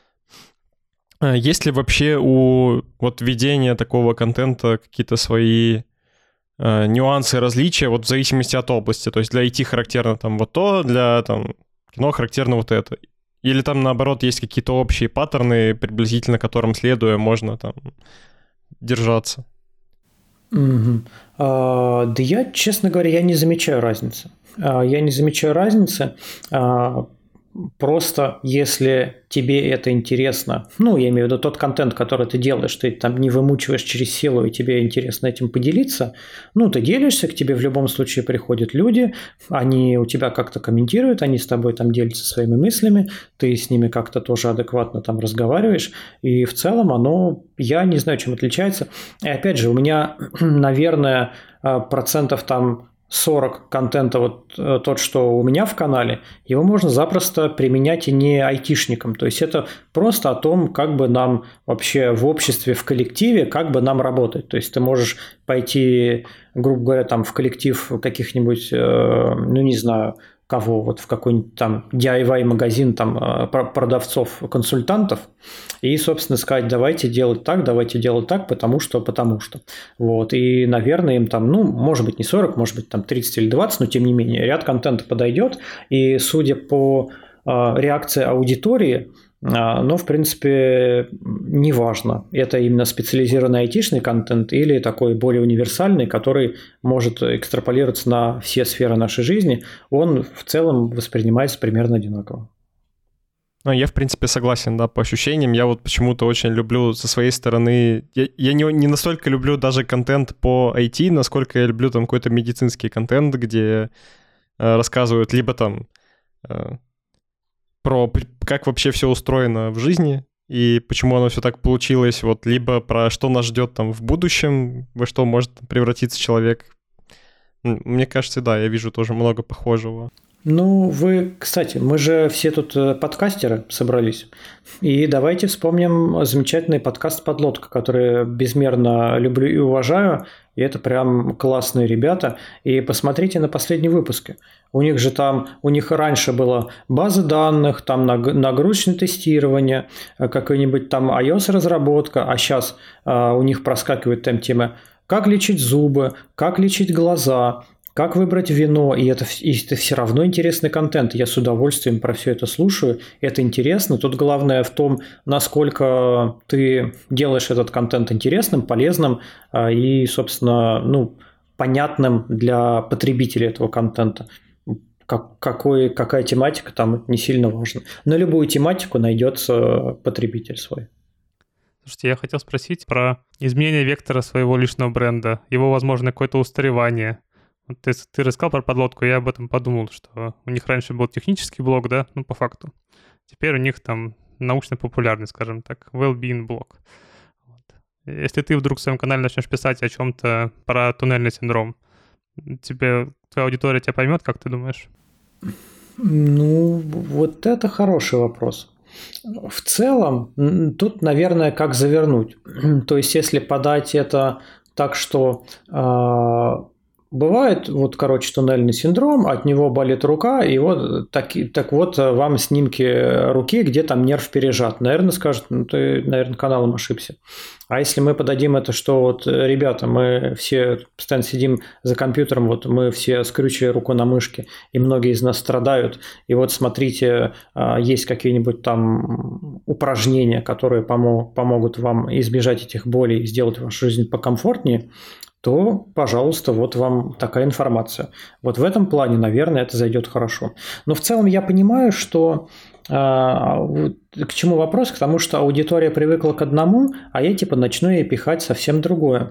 Есть ли вообще у вот ведения такого контента какие-то свои э, нюансы, различия, вот в зависимости от области? То есть для ай ти характерно там вот то, для там кино характерно вот это. Или там, наоборот, есть какие-то общие паттерны, приблизительно которым следуя можно там держаться? Mm-hmm. А, да я, честно говоря, я не замечаю разницы. А, я не замечаю разницы. А, просто если тебе это интересно, ну, я имею в виду тот контент, который ты делаешь, ты там не вымучиваешь через силу, и тебе интересно этим поделиться, ну, ты делишься, к тебе в любом случае приходят люди, они у тебя как-то комментируют, они с тобой там делятся своими мыслями, ты с ними как-то тоже адекватно там разговариваешь, и в целом оно, я не знаю, чем отличается. И опять же, у меня, наверное, процентов там сорок контента, вот тот, что у меня в канале, его можно запросто применять и не айтишникам. То есть это просто о том, как бы нам вообще в обществе, в коллективе, как бы нам работать. То есть ты можешь пойти, грубо говоря, там в коллектив каких-нибудь, ну не знаю, кого, вот в какой-нибудь там ди ай вай-магазин там продавцов-консультантов и, собственно, сказать, давайте делать так, давайте делать так, потому что, потому что. Вот. И, наверное, им там, ну, может быть, не сорок, может быть, там тридцать или двадцать, но, тем не менее, ряд контента подойдет, и, судя по э, реакции аудитории, но, в принципе, неважно, это именно специализированный айтишный контент или такой более универсальный, который может экстраполироваться на все сферы нашей жизни, он в целом воспринимается примерно одинаково. Ну, я, в принципе, согласен, да, по ощущениям. Я вот почему-то очень люблю со своей стороны... Я, я не, не настолько люблю даже контент по ай ти, насколько я люблю там какой-то медицинский контент, где э, рассказывают либо там э, про как вообще все устроено в жизни и почему оно все так получилось, вот, либо про что нас ждет там в будущем, во что может превратиться человек. Мне кажется, да, я вижу тоже много похожего. Ну, вы, кстати, мы же все тут подкастеры собрались, и давайте вспомним замечательный подкаст «Подлодка», который безмерно люблю и уважаю, и это прям классные ребята, и посмотрите на последние выпуски. У них же там, у них раньше была база данных, там нагрузочное тестирование, какая-нибудь там iOS-разработка, а сейчас а, у них проскакивает там тема «Как лечить зубы», «Как лечить глаза», как выбрать вино, и это, и это все равно интересный контент. Я с удовольствием про все это слушаю, это интересно. Тут главное в том, насколько ты делаешь этот контент интересным, полезным и, собственно, ну, понятным для потребителя этого контента. Как, какой, какая тематика там не сильно важна. На любую тематику найдется потребитель свой. Слушайте, я хотел спросить про изменение вектора своего личного бренда, его, возможно, какое-то устаревание. Вот ты, ты рассказал про «Подлодку», я об этом подумал, что у них раньше был технический блог, да, ну, по факту. Теперь у них там научно-популярный, скажем так, well-being блог. Вот. Если ты вдруг в своем канале начнешь писать о чем-то про туннельный синдром, тебе, твоя аудитория тебя поймет, как ты думаешь? Ну, вот это хороший вопрос. В целом, тут, наверное, как завернуть. То есть, если подать это так, что... Э- Бывает, вот, короче, туннельный синдром, от него болит рука, и вот так, так вот вам снимки руки, где там нерв пережат. Наверное, скажут, ну ты, наверное, каналом ошибся. А если мы подадим это, что вот, ребята, мы все постоянно сидим за компьютером, вот мы все скрючили руку на мышке, и многие из нас страдают, и вот смотрите, есть какие-нибудь там упражнения, которые помогут вам избежать этих болей и сделать вашу жизнь покомфортнее, то, пожалуйста, вот вам такая информация. Вот в этом плане, наверное, это зайдет хорошо. Но в целом я понимаю, что э, к чему вопрос, к тому, что аудитория привыкла к одному, а я типа начну ей пихать совсем другое.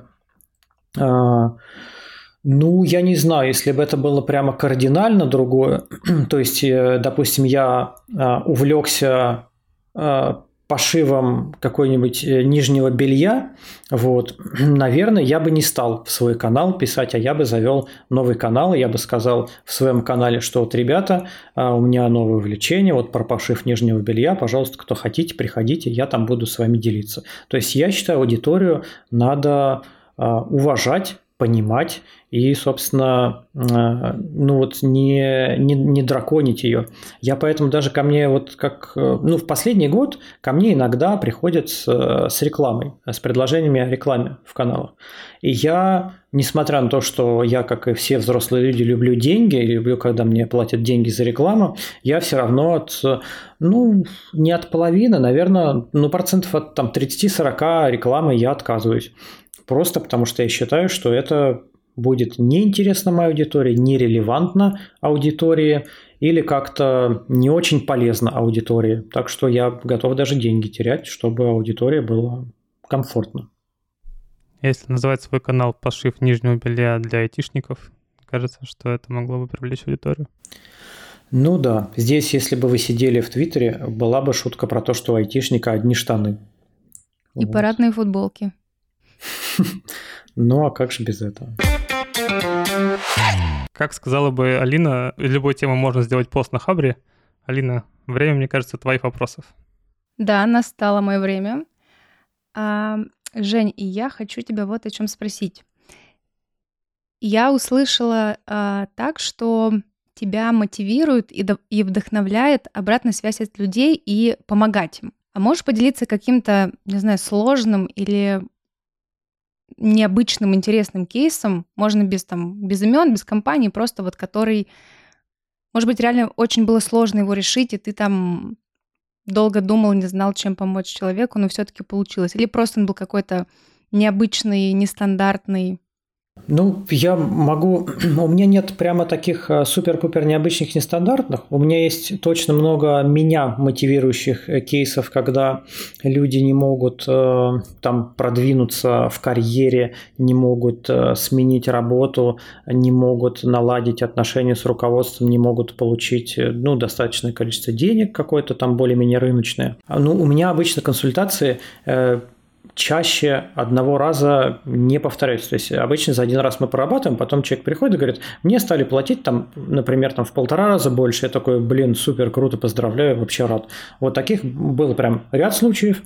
Э, ну, я не знаю, если бы это было прямо кардинально другое, то есть, э, допустим, я э, увлекся э, пошивом какой-нибудь нижнего белья, вот, наверное, я бы не стал в свой канал писать, а я бы завел новый канал, и я бы сказал в своем канале, что вот, ребята, у меня новое увлечение, вот про пошив нижнего белья, пожалуйста, кто хотите, приходите, я там буду с вами делиться. То есть я считаю, аудиторию надо уважать, понимать и, собственно, ну вот не, не, не драконить ее. Я поэтому даже ко мне вот как, ну в последний год ко мне иногда приходят с, с рекламой, с предложениями о рекламе в каналах. И я, несмотря на то, что я, как и все взрослые люди, люблю деньги, люблю, когда мне платят деньги за рекламу, я все равно от, ну, не от половины, наверное, ну процентов от там тридцать-сорок рекламы я отказываюсь. Просто потому что я считаю, что это будет неинтересно моей аудитории, нерелевантно аудитории или как-то не очень полезно аудитории. Так что я готов даже деньги терять, чтобы аудитория была комфортна. Если называть свой канал «Пошив нижнего белья для айтишников», кажется, что это могло бы привлечь аудиторию. Ну да, здесь, если бы вы сидели в Твиттере, была бы шутка про то, что у айтишника одни штаны. И вот. Парадные футболки. Ну, а как же без этого? Как сказала бы Алина, любой темы можно сделать пост на Хабре. Алина, время, мне кажется, твоих вопросов. Да, настало мое время. А, Жень, и я хочу тебя вот о чем спросить. Я услышала а, так, что тебя мотивирует и, до, и вдохновляет обратная связь от людей и помогать им. А можешь поделиться каким-то, не знаю, сложным или необычным, интересным кейсом, можно без, там, без имен, без компаний, просто вот который, может быть, реально очень было сложно его решить, и ты там долго думал, не знал, чем помочь человеку, но все-таки получилось? Или просто он был какой-то необычный, нестандартный? Ну, я могу... У меня нет прямо таких супер-пупер необычных, нестандартных. У меня есть точно много меня мотивирующих кейсов, когда люди не могут э, там продвинуться в карьере, не могут э, сменить работу, не могут наладить отношения с руководством, не могут получить ну, достаточное количество денег какое-то там более-менее рыночное. Ну, у меня обычно консультации... Э, чаще одного раза не повторяются. То есть обычно за один раз мы прорабатываем, потом человек приходит и говорит, мне стали платить там, например, там в полтора раза больше. Я такой, блин, супер, круто, поздравляю, вообще рад. Вот таких было прям ряд случаев.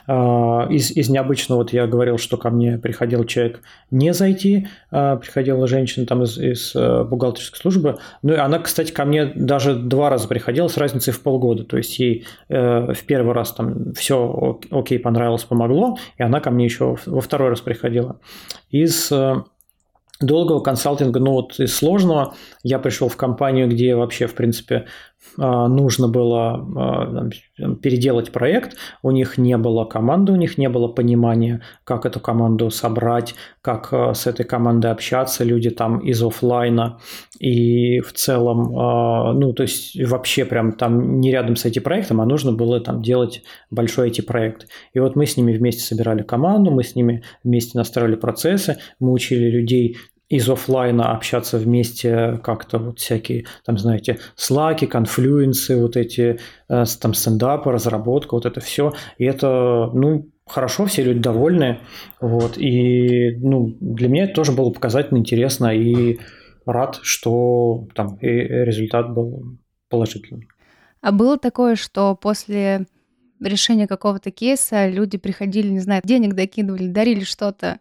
Из, из необычного, вот я говорил, что ко мне приходил человек не зайти, приходила женщина там из, из бухгалтерской службы. Ну и она, кстати, ко мне даже два раза приходила с разницей в полгода. То есть ей в первый раз там все окей, понравилось, помогло, и она ко мне еще во второй раз приходила. Из долгого консалтинга, ну вот из сложного, я пришел в компанию, где вообще, в принципе, нужно было переделать проект, у них не было команды, у них не было понимания, как эту команду собрать, как с этой командой общаться, люди там из офлайна, и в целом, ну, то есть вообще прям там не рядом с этим проектом, а нужно было там делать большой ай ти-проект. И вот мы с ними вместе собирали команду, мы с ними вместе настраивали процессы, мы учили людей из офлайна общаться вместе как-то вот всякие, там, знаете, слаки, конфлюенсы, вот эти там стендапы, разработка, вот это все. И это, ну, хорошо, все люди довольны. Вот. И, ну, для меня это тоже было показательно, интересно и рад, что там и результат был положительный. А было такое, что после решения какого-то кейса люди приходили, не знаю, денег докидывали, дарили что-то?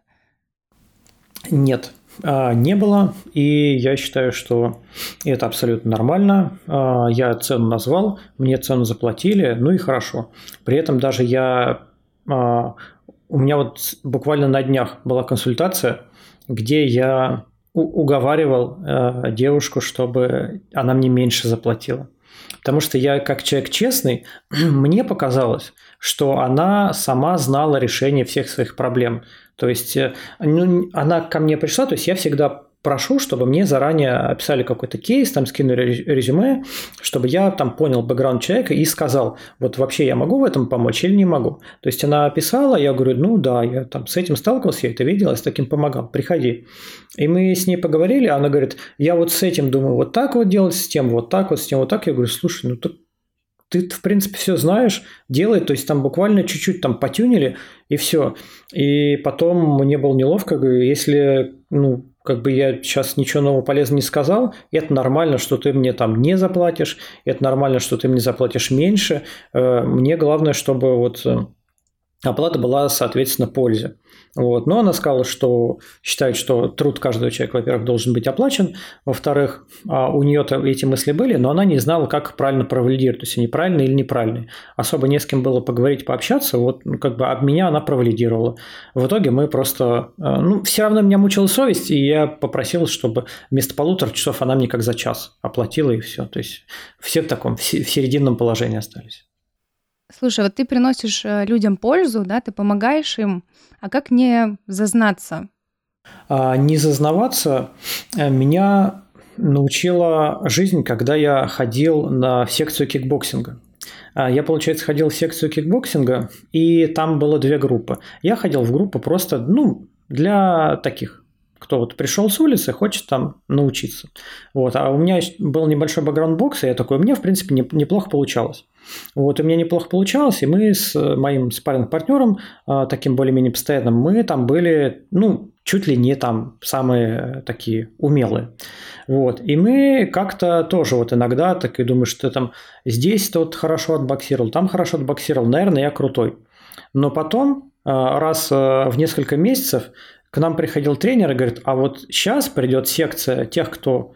Нет. Не было, и я считаю, что это абсолютно нормально. Я цену назвал, мне цену заплатили, ну и хорошо. При этом даже я... У меня вот буквально на днях была консультация, где я уговаривал девушку, чтобы она мне меньше заплатила. Потому что я, как человек честный, мне показалось, что она сама знала решение всех своих проблем. То есть ну, она ко мне пришла, то есть я всегда прошу, чтобы мне заранее описали какой-то кейс, там скинули резюме, чтобы я там понял бэкграунд человека и сказал, вот вообще я могу в этом помочь или не могу. То есть она описала, я говорю, ну да, я там с этим сталкивался, я это видел, я с таким помогал, приходи. И мы с ней поговорили, она говорит, я вот с этим думаю вот так вот делать, с тем вот так вот, с тем вот так. Я говорю, слушай, ну ты ты, в принципе, все знаешь, делай, то есть там буквально чуть-чуть там потюнили, и все. И потом мне было неловко, говорю, если, ну, как бы я сейчас ничего нового полезного не сказал, это нормально, что ты мне там не заплатишь, это нормально, что ты мне заплатишь меньше. Мне главное, чтобы вот оплата была, соответственно, пользе. Вот. Но она сказала, что считает, что труд каждого человека, во-первых, должен быть оплачен, во-вторых, у нее-то эти мысли были, но она не знала, как правильно провалидировать, то есть они правильные или неправильные. Особо не с кем было поговорить, пообщаться, вот ну, как бы об меня она провалидировала. В итоге мы просто, ну, все равно меня мучила совесть, и я попросил, чтобы вместо полутора часов она мне как за час оплатила, и все. То есть все в таком, в серединном положении остались. Слушай, вот ты приносишь людям пользу, да, ты помогаешь им, а как не зазнаться? А не зазнаваться меня научила жизнь, когда я ходил на секцию кикбоксинга. Я, получается, ходил в секцию кикбоксинга, и там было две группы. Я ходил в группу просто, ну, для таких, кто вот пришел с улицы, хочет там научиться. Вот. А у меня был небольшой бэкграунд бокса, и я такой, мне, в принципе, неплохо получалось. Вот, у меня неплохо получалось, и мы с моим спарринг-партнером, таким более-менее постоянным, мы там были, ну, чуть ли не там самые такие умелые. Вот, и мы как-то тоже вот иногда так и думаешь, что там здесь тот хорошо отбоксировал, там хорошо отбоксировал, наверное, я крутой. Но потом раз в несколько месяцев к нам приходил тренер и говорит, а вот сейчас придет секция тех, кто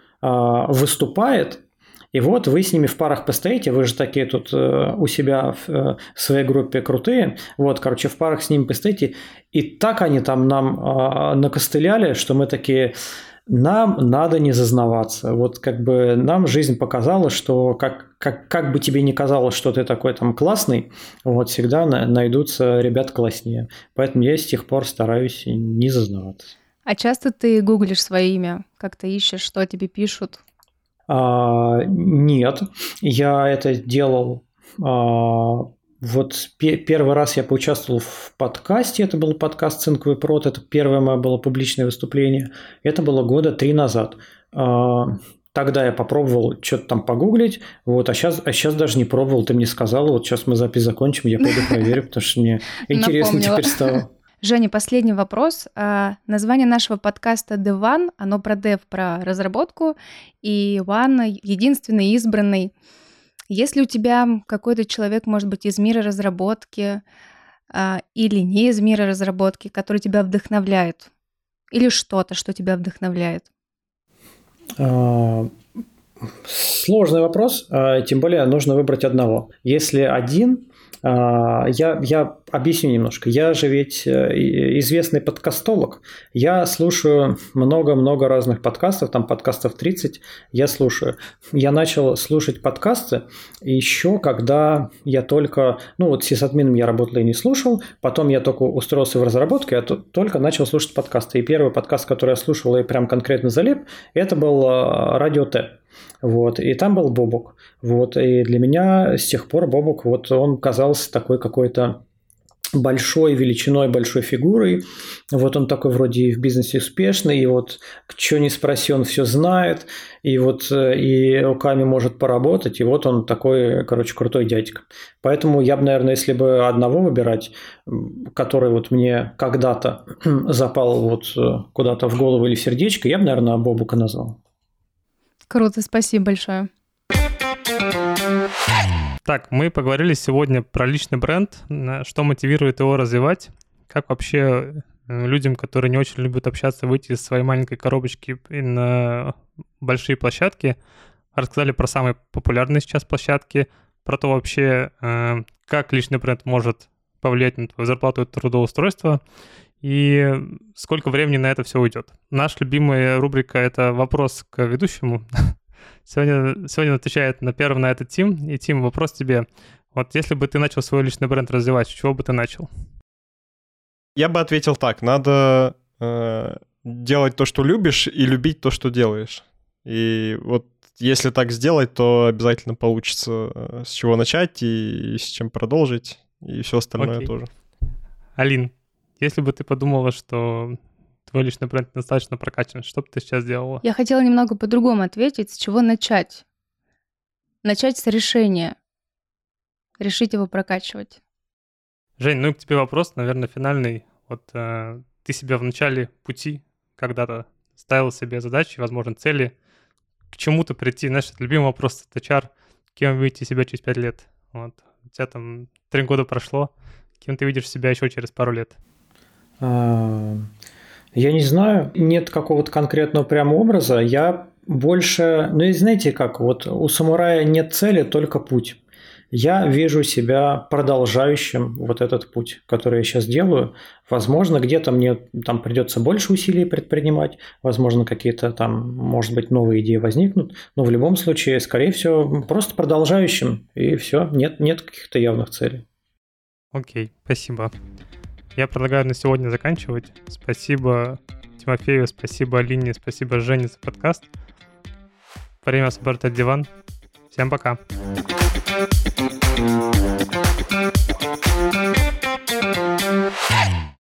выступает, и вот вы с ними в парах постоите, вы же такие тут э, у себя в, э, в своей группе крутые, вот, короче, в парах с ними постоите, и так они там нам э, накостыляли, что мы такие, нам надо не зазнаваться. Вот как бы нам жизнь показала, что как, как, как бы тебе ни казалось, что ты такой там классный, вот всегда на, найдутся ребят класснее. Поэтому я с тех пор стараюсь не зазнаваться. А часто ты гуглишь свое имя? Как-то ищешь, что тебе пишут? А, нет, я это делал... А, вот пе- первый раз я поучаствовал в подкасте, это был подкаст «Цинковый прот», это первое мое было публичное выступление, это было года три назад. А, тогда я попробовал что-то там погуглить, вот, а сейчас, а сейчас даже не пробовал, ты мне сказала, вот сейчас мы запись закончим, я пойду проверю, потому что мне интересно теперь стало. Женя, последний вопрос. Название нашего подкаста The One, оно про дев, про разработку, и One единственный, избранный. Если у тебя какой-то человек, может быть, из мира разработки а, или не из мира разработки, который тебя вдохновляет, или что-то, что тебя вдохновляет? Сложный вопрос, тем более нужно выбрать одного. Если один, я, я объясню немножко. Я же ведь известный подкастолог. Я слушаю много-много разных подкастов, там подкастов тридцать я слушаю. Я начал слушать подкасты еще когда я только... Ну вот с сисадмином я работал и не слушал, потом я только устроился в разработку, я только начал слушать подкасты. И первый подкаст, который я слушал и прям конкретно залип, это был «Радио Т». Вот, и там был Бобук. Вот, и для меня с тех пор Бобук, вот он казался такой какой-то большой величиной, большой фигурой. Вот он такой вроде и в бизнесе успешный, и вот что ни спроси, он все знает, и вот и руками может поработать, и вот он такой, короче, крутой дядька. Поэтому я бы, наверное, если бы одного выбирать, который вот мне когда-то запал вот куда-то в голову или в сердечко, я бы, наверное, Бобука назвал. Круто, спасибо большое. Так, мы поговорили сегодня про личный бренд, что мотивирует его развивать, как вообще людям, которые не очень любят общаться, выйти из своей маленькой коробочки на большие площадки. Рассказали про самые популярные сейчас площадки, про то вообще, как личный бренд может повлиять на твою зарплату и трудоустройство, и сколько времени на это все уйдет. Наша любимая рубрика — это вопрос к ведущему. Сегодня, сегодня отвечает на первый на этот Тим. И, Тим, вопрос тебе. Вот если бы ты начал свой личный бренд развивать, с чего бы ты начал? Я бы ответил так. Надо э, делать то, что любишь, и любить то, что делаешь. И вот если так сделать, то обязательно получится, с чего начать и с чем продолжить, и все остальное Окей. тоже. Алин, если бы ты подумала, что твой личный бренд достаточно прокачан, что бы ты сейчас делала? Я хотела немного по-другому ответить. С чего начать? Начать с решения. Решить его прокачивать. Жень, ну и к тебе вопрос, наверное, финальный. Вот э, ты себя в начале пути когда-то ставил себе задачи, возможно, цели, к чему-то прийти. Знаешь, это любимый вопрос от эйч ар. Кем вы видите себя через пять лет? Вот. У тебя там три года прошло. Кем ты видишь себя еще через пару лет? Я не знаю, нет какого-то конкретного прямо образа. Я больше, ну и знаете как, вот у самурая нет цели, только путь. Я вижу себя продолжающим вот этот путь, который я сейчас делаю. Возможно, где-то мне там придется больше усилий предпринимать, возможно, какие-то там, может быть, новые идеи возникнут, но в любом случае, скорее всего, просто продолжающим, и все, нет, нет каких-то явных целей. Окей, спасибо. Я предлагаю на сегодня заканчивать. Спасибо Тимофею, спасибо Алине, спасибо Жене за подкаст. Время освобождать диван. Всем пока. Thank you.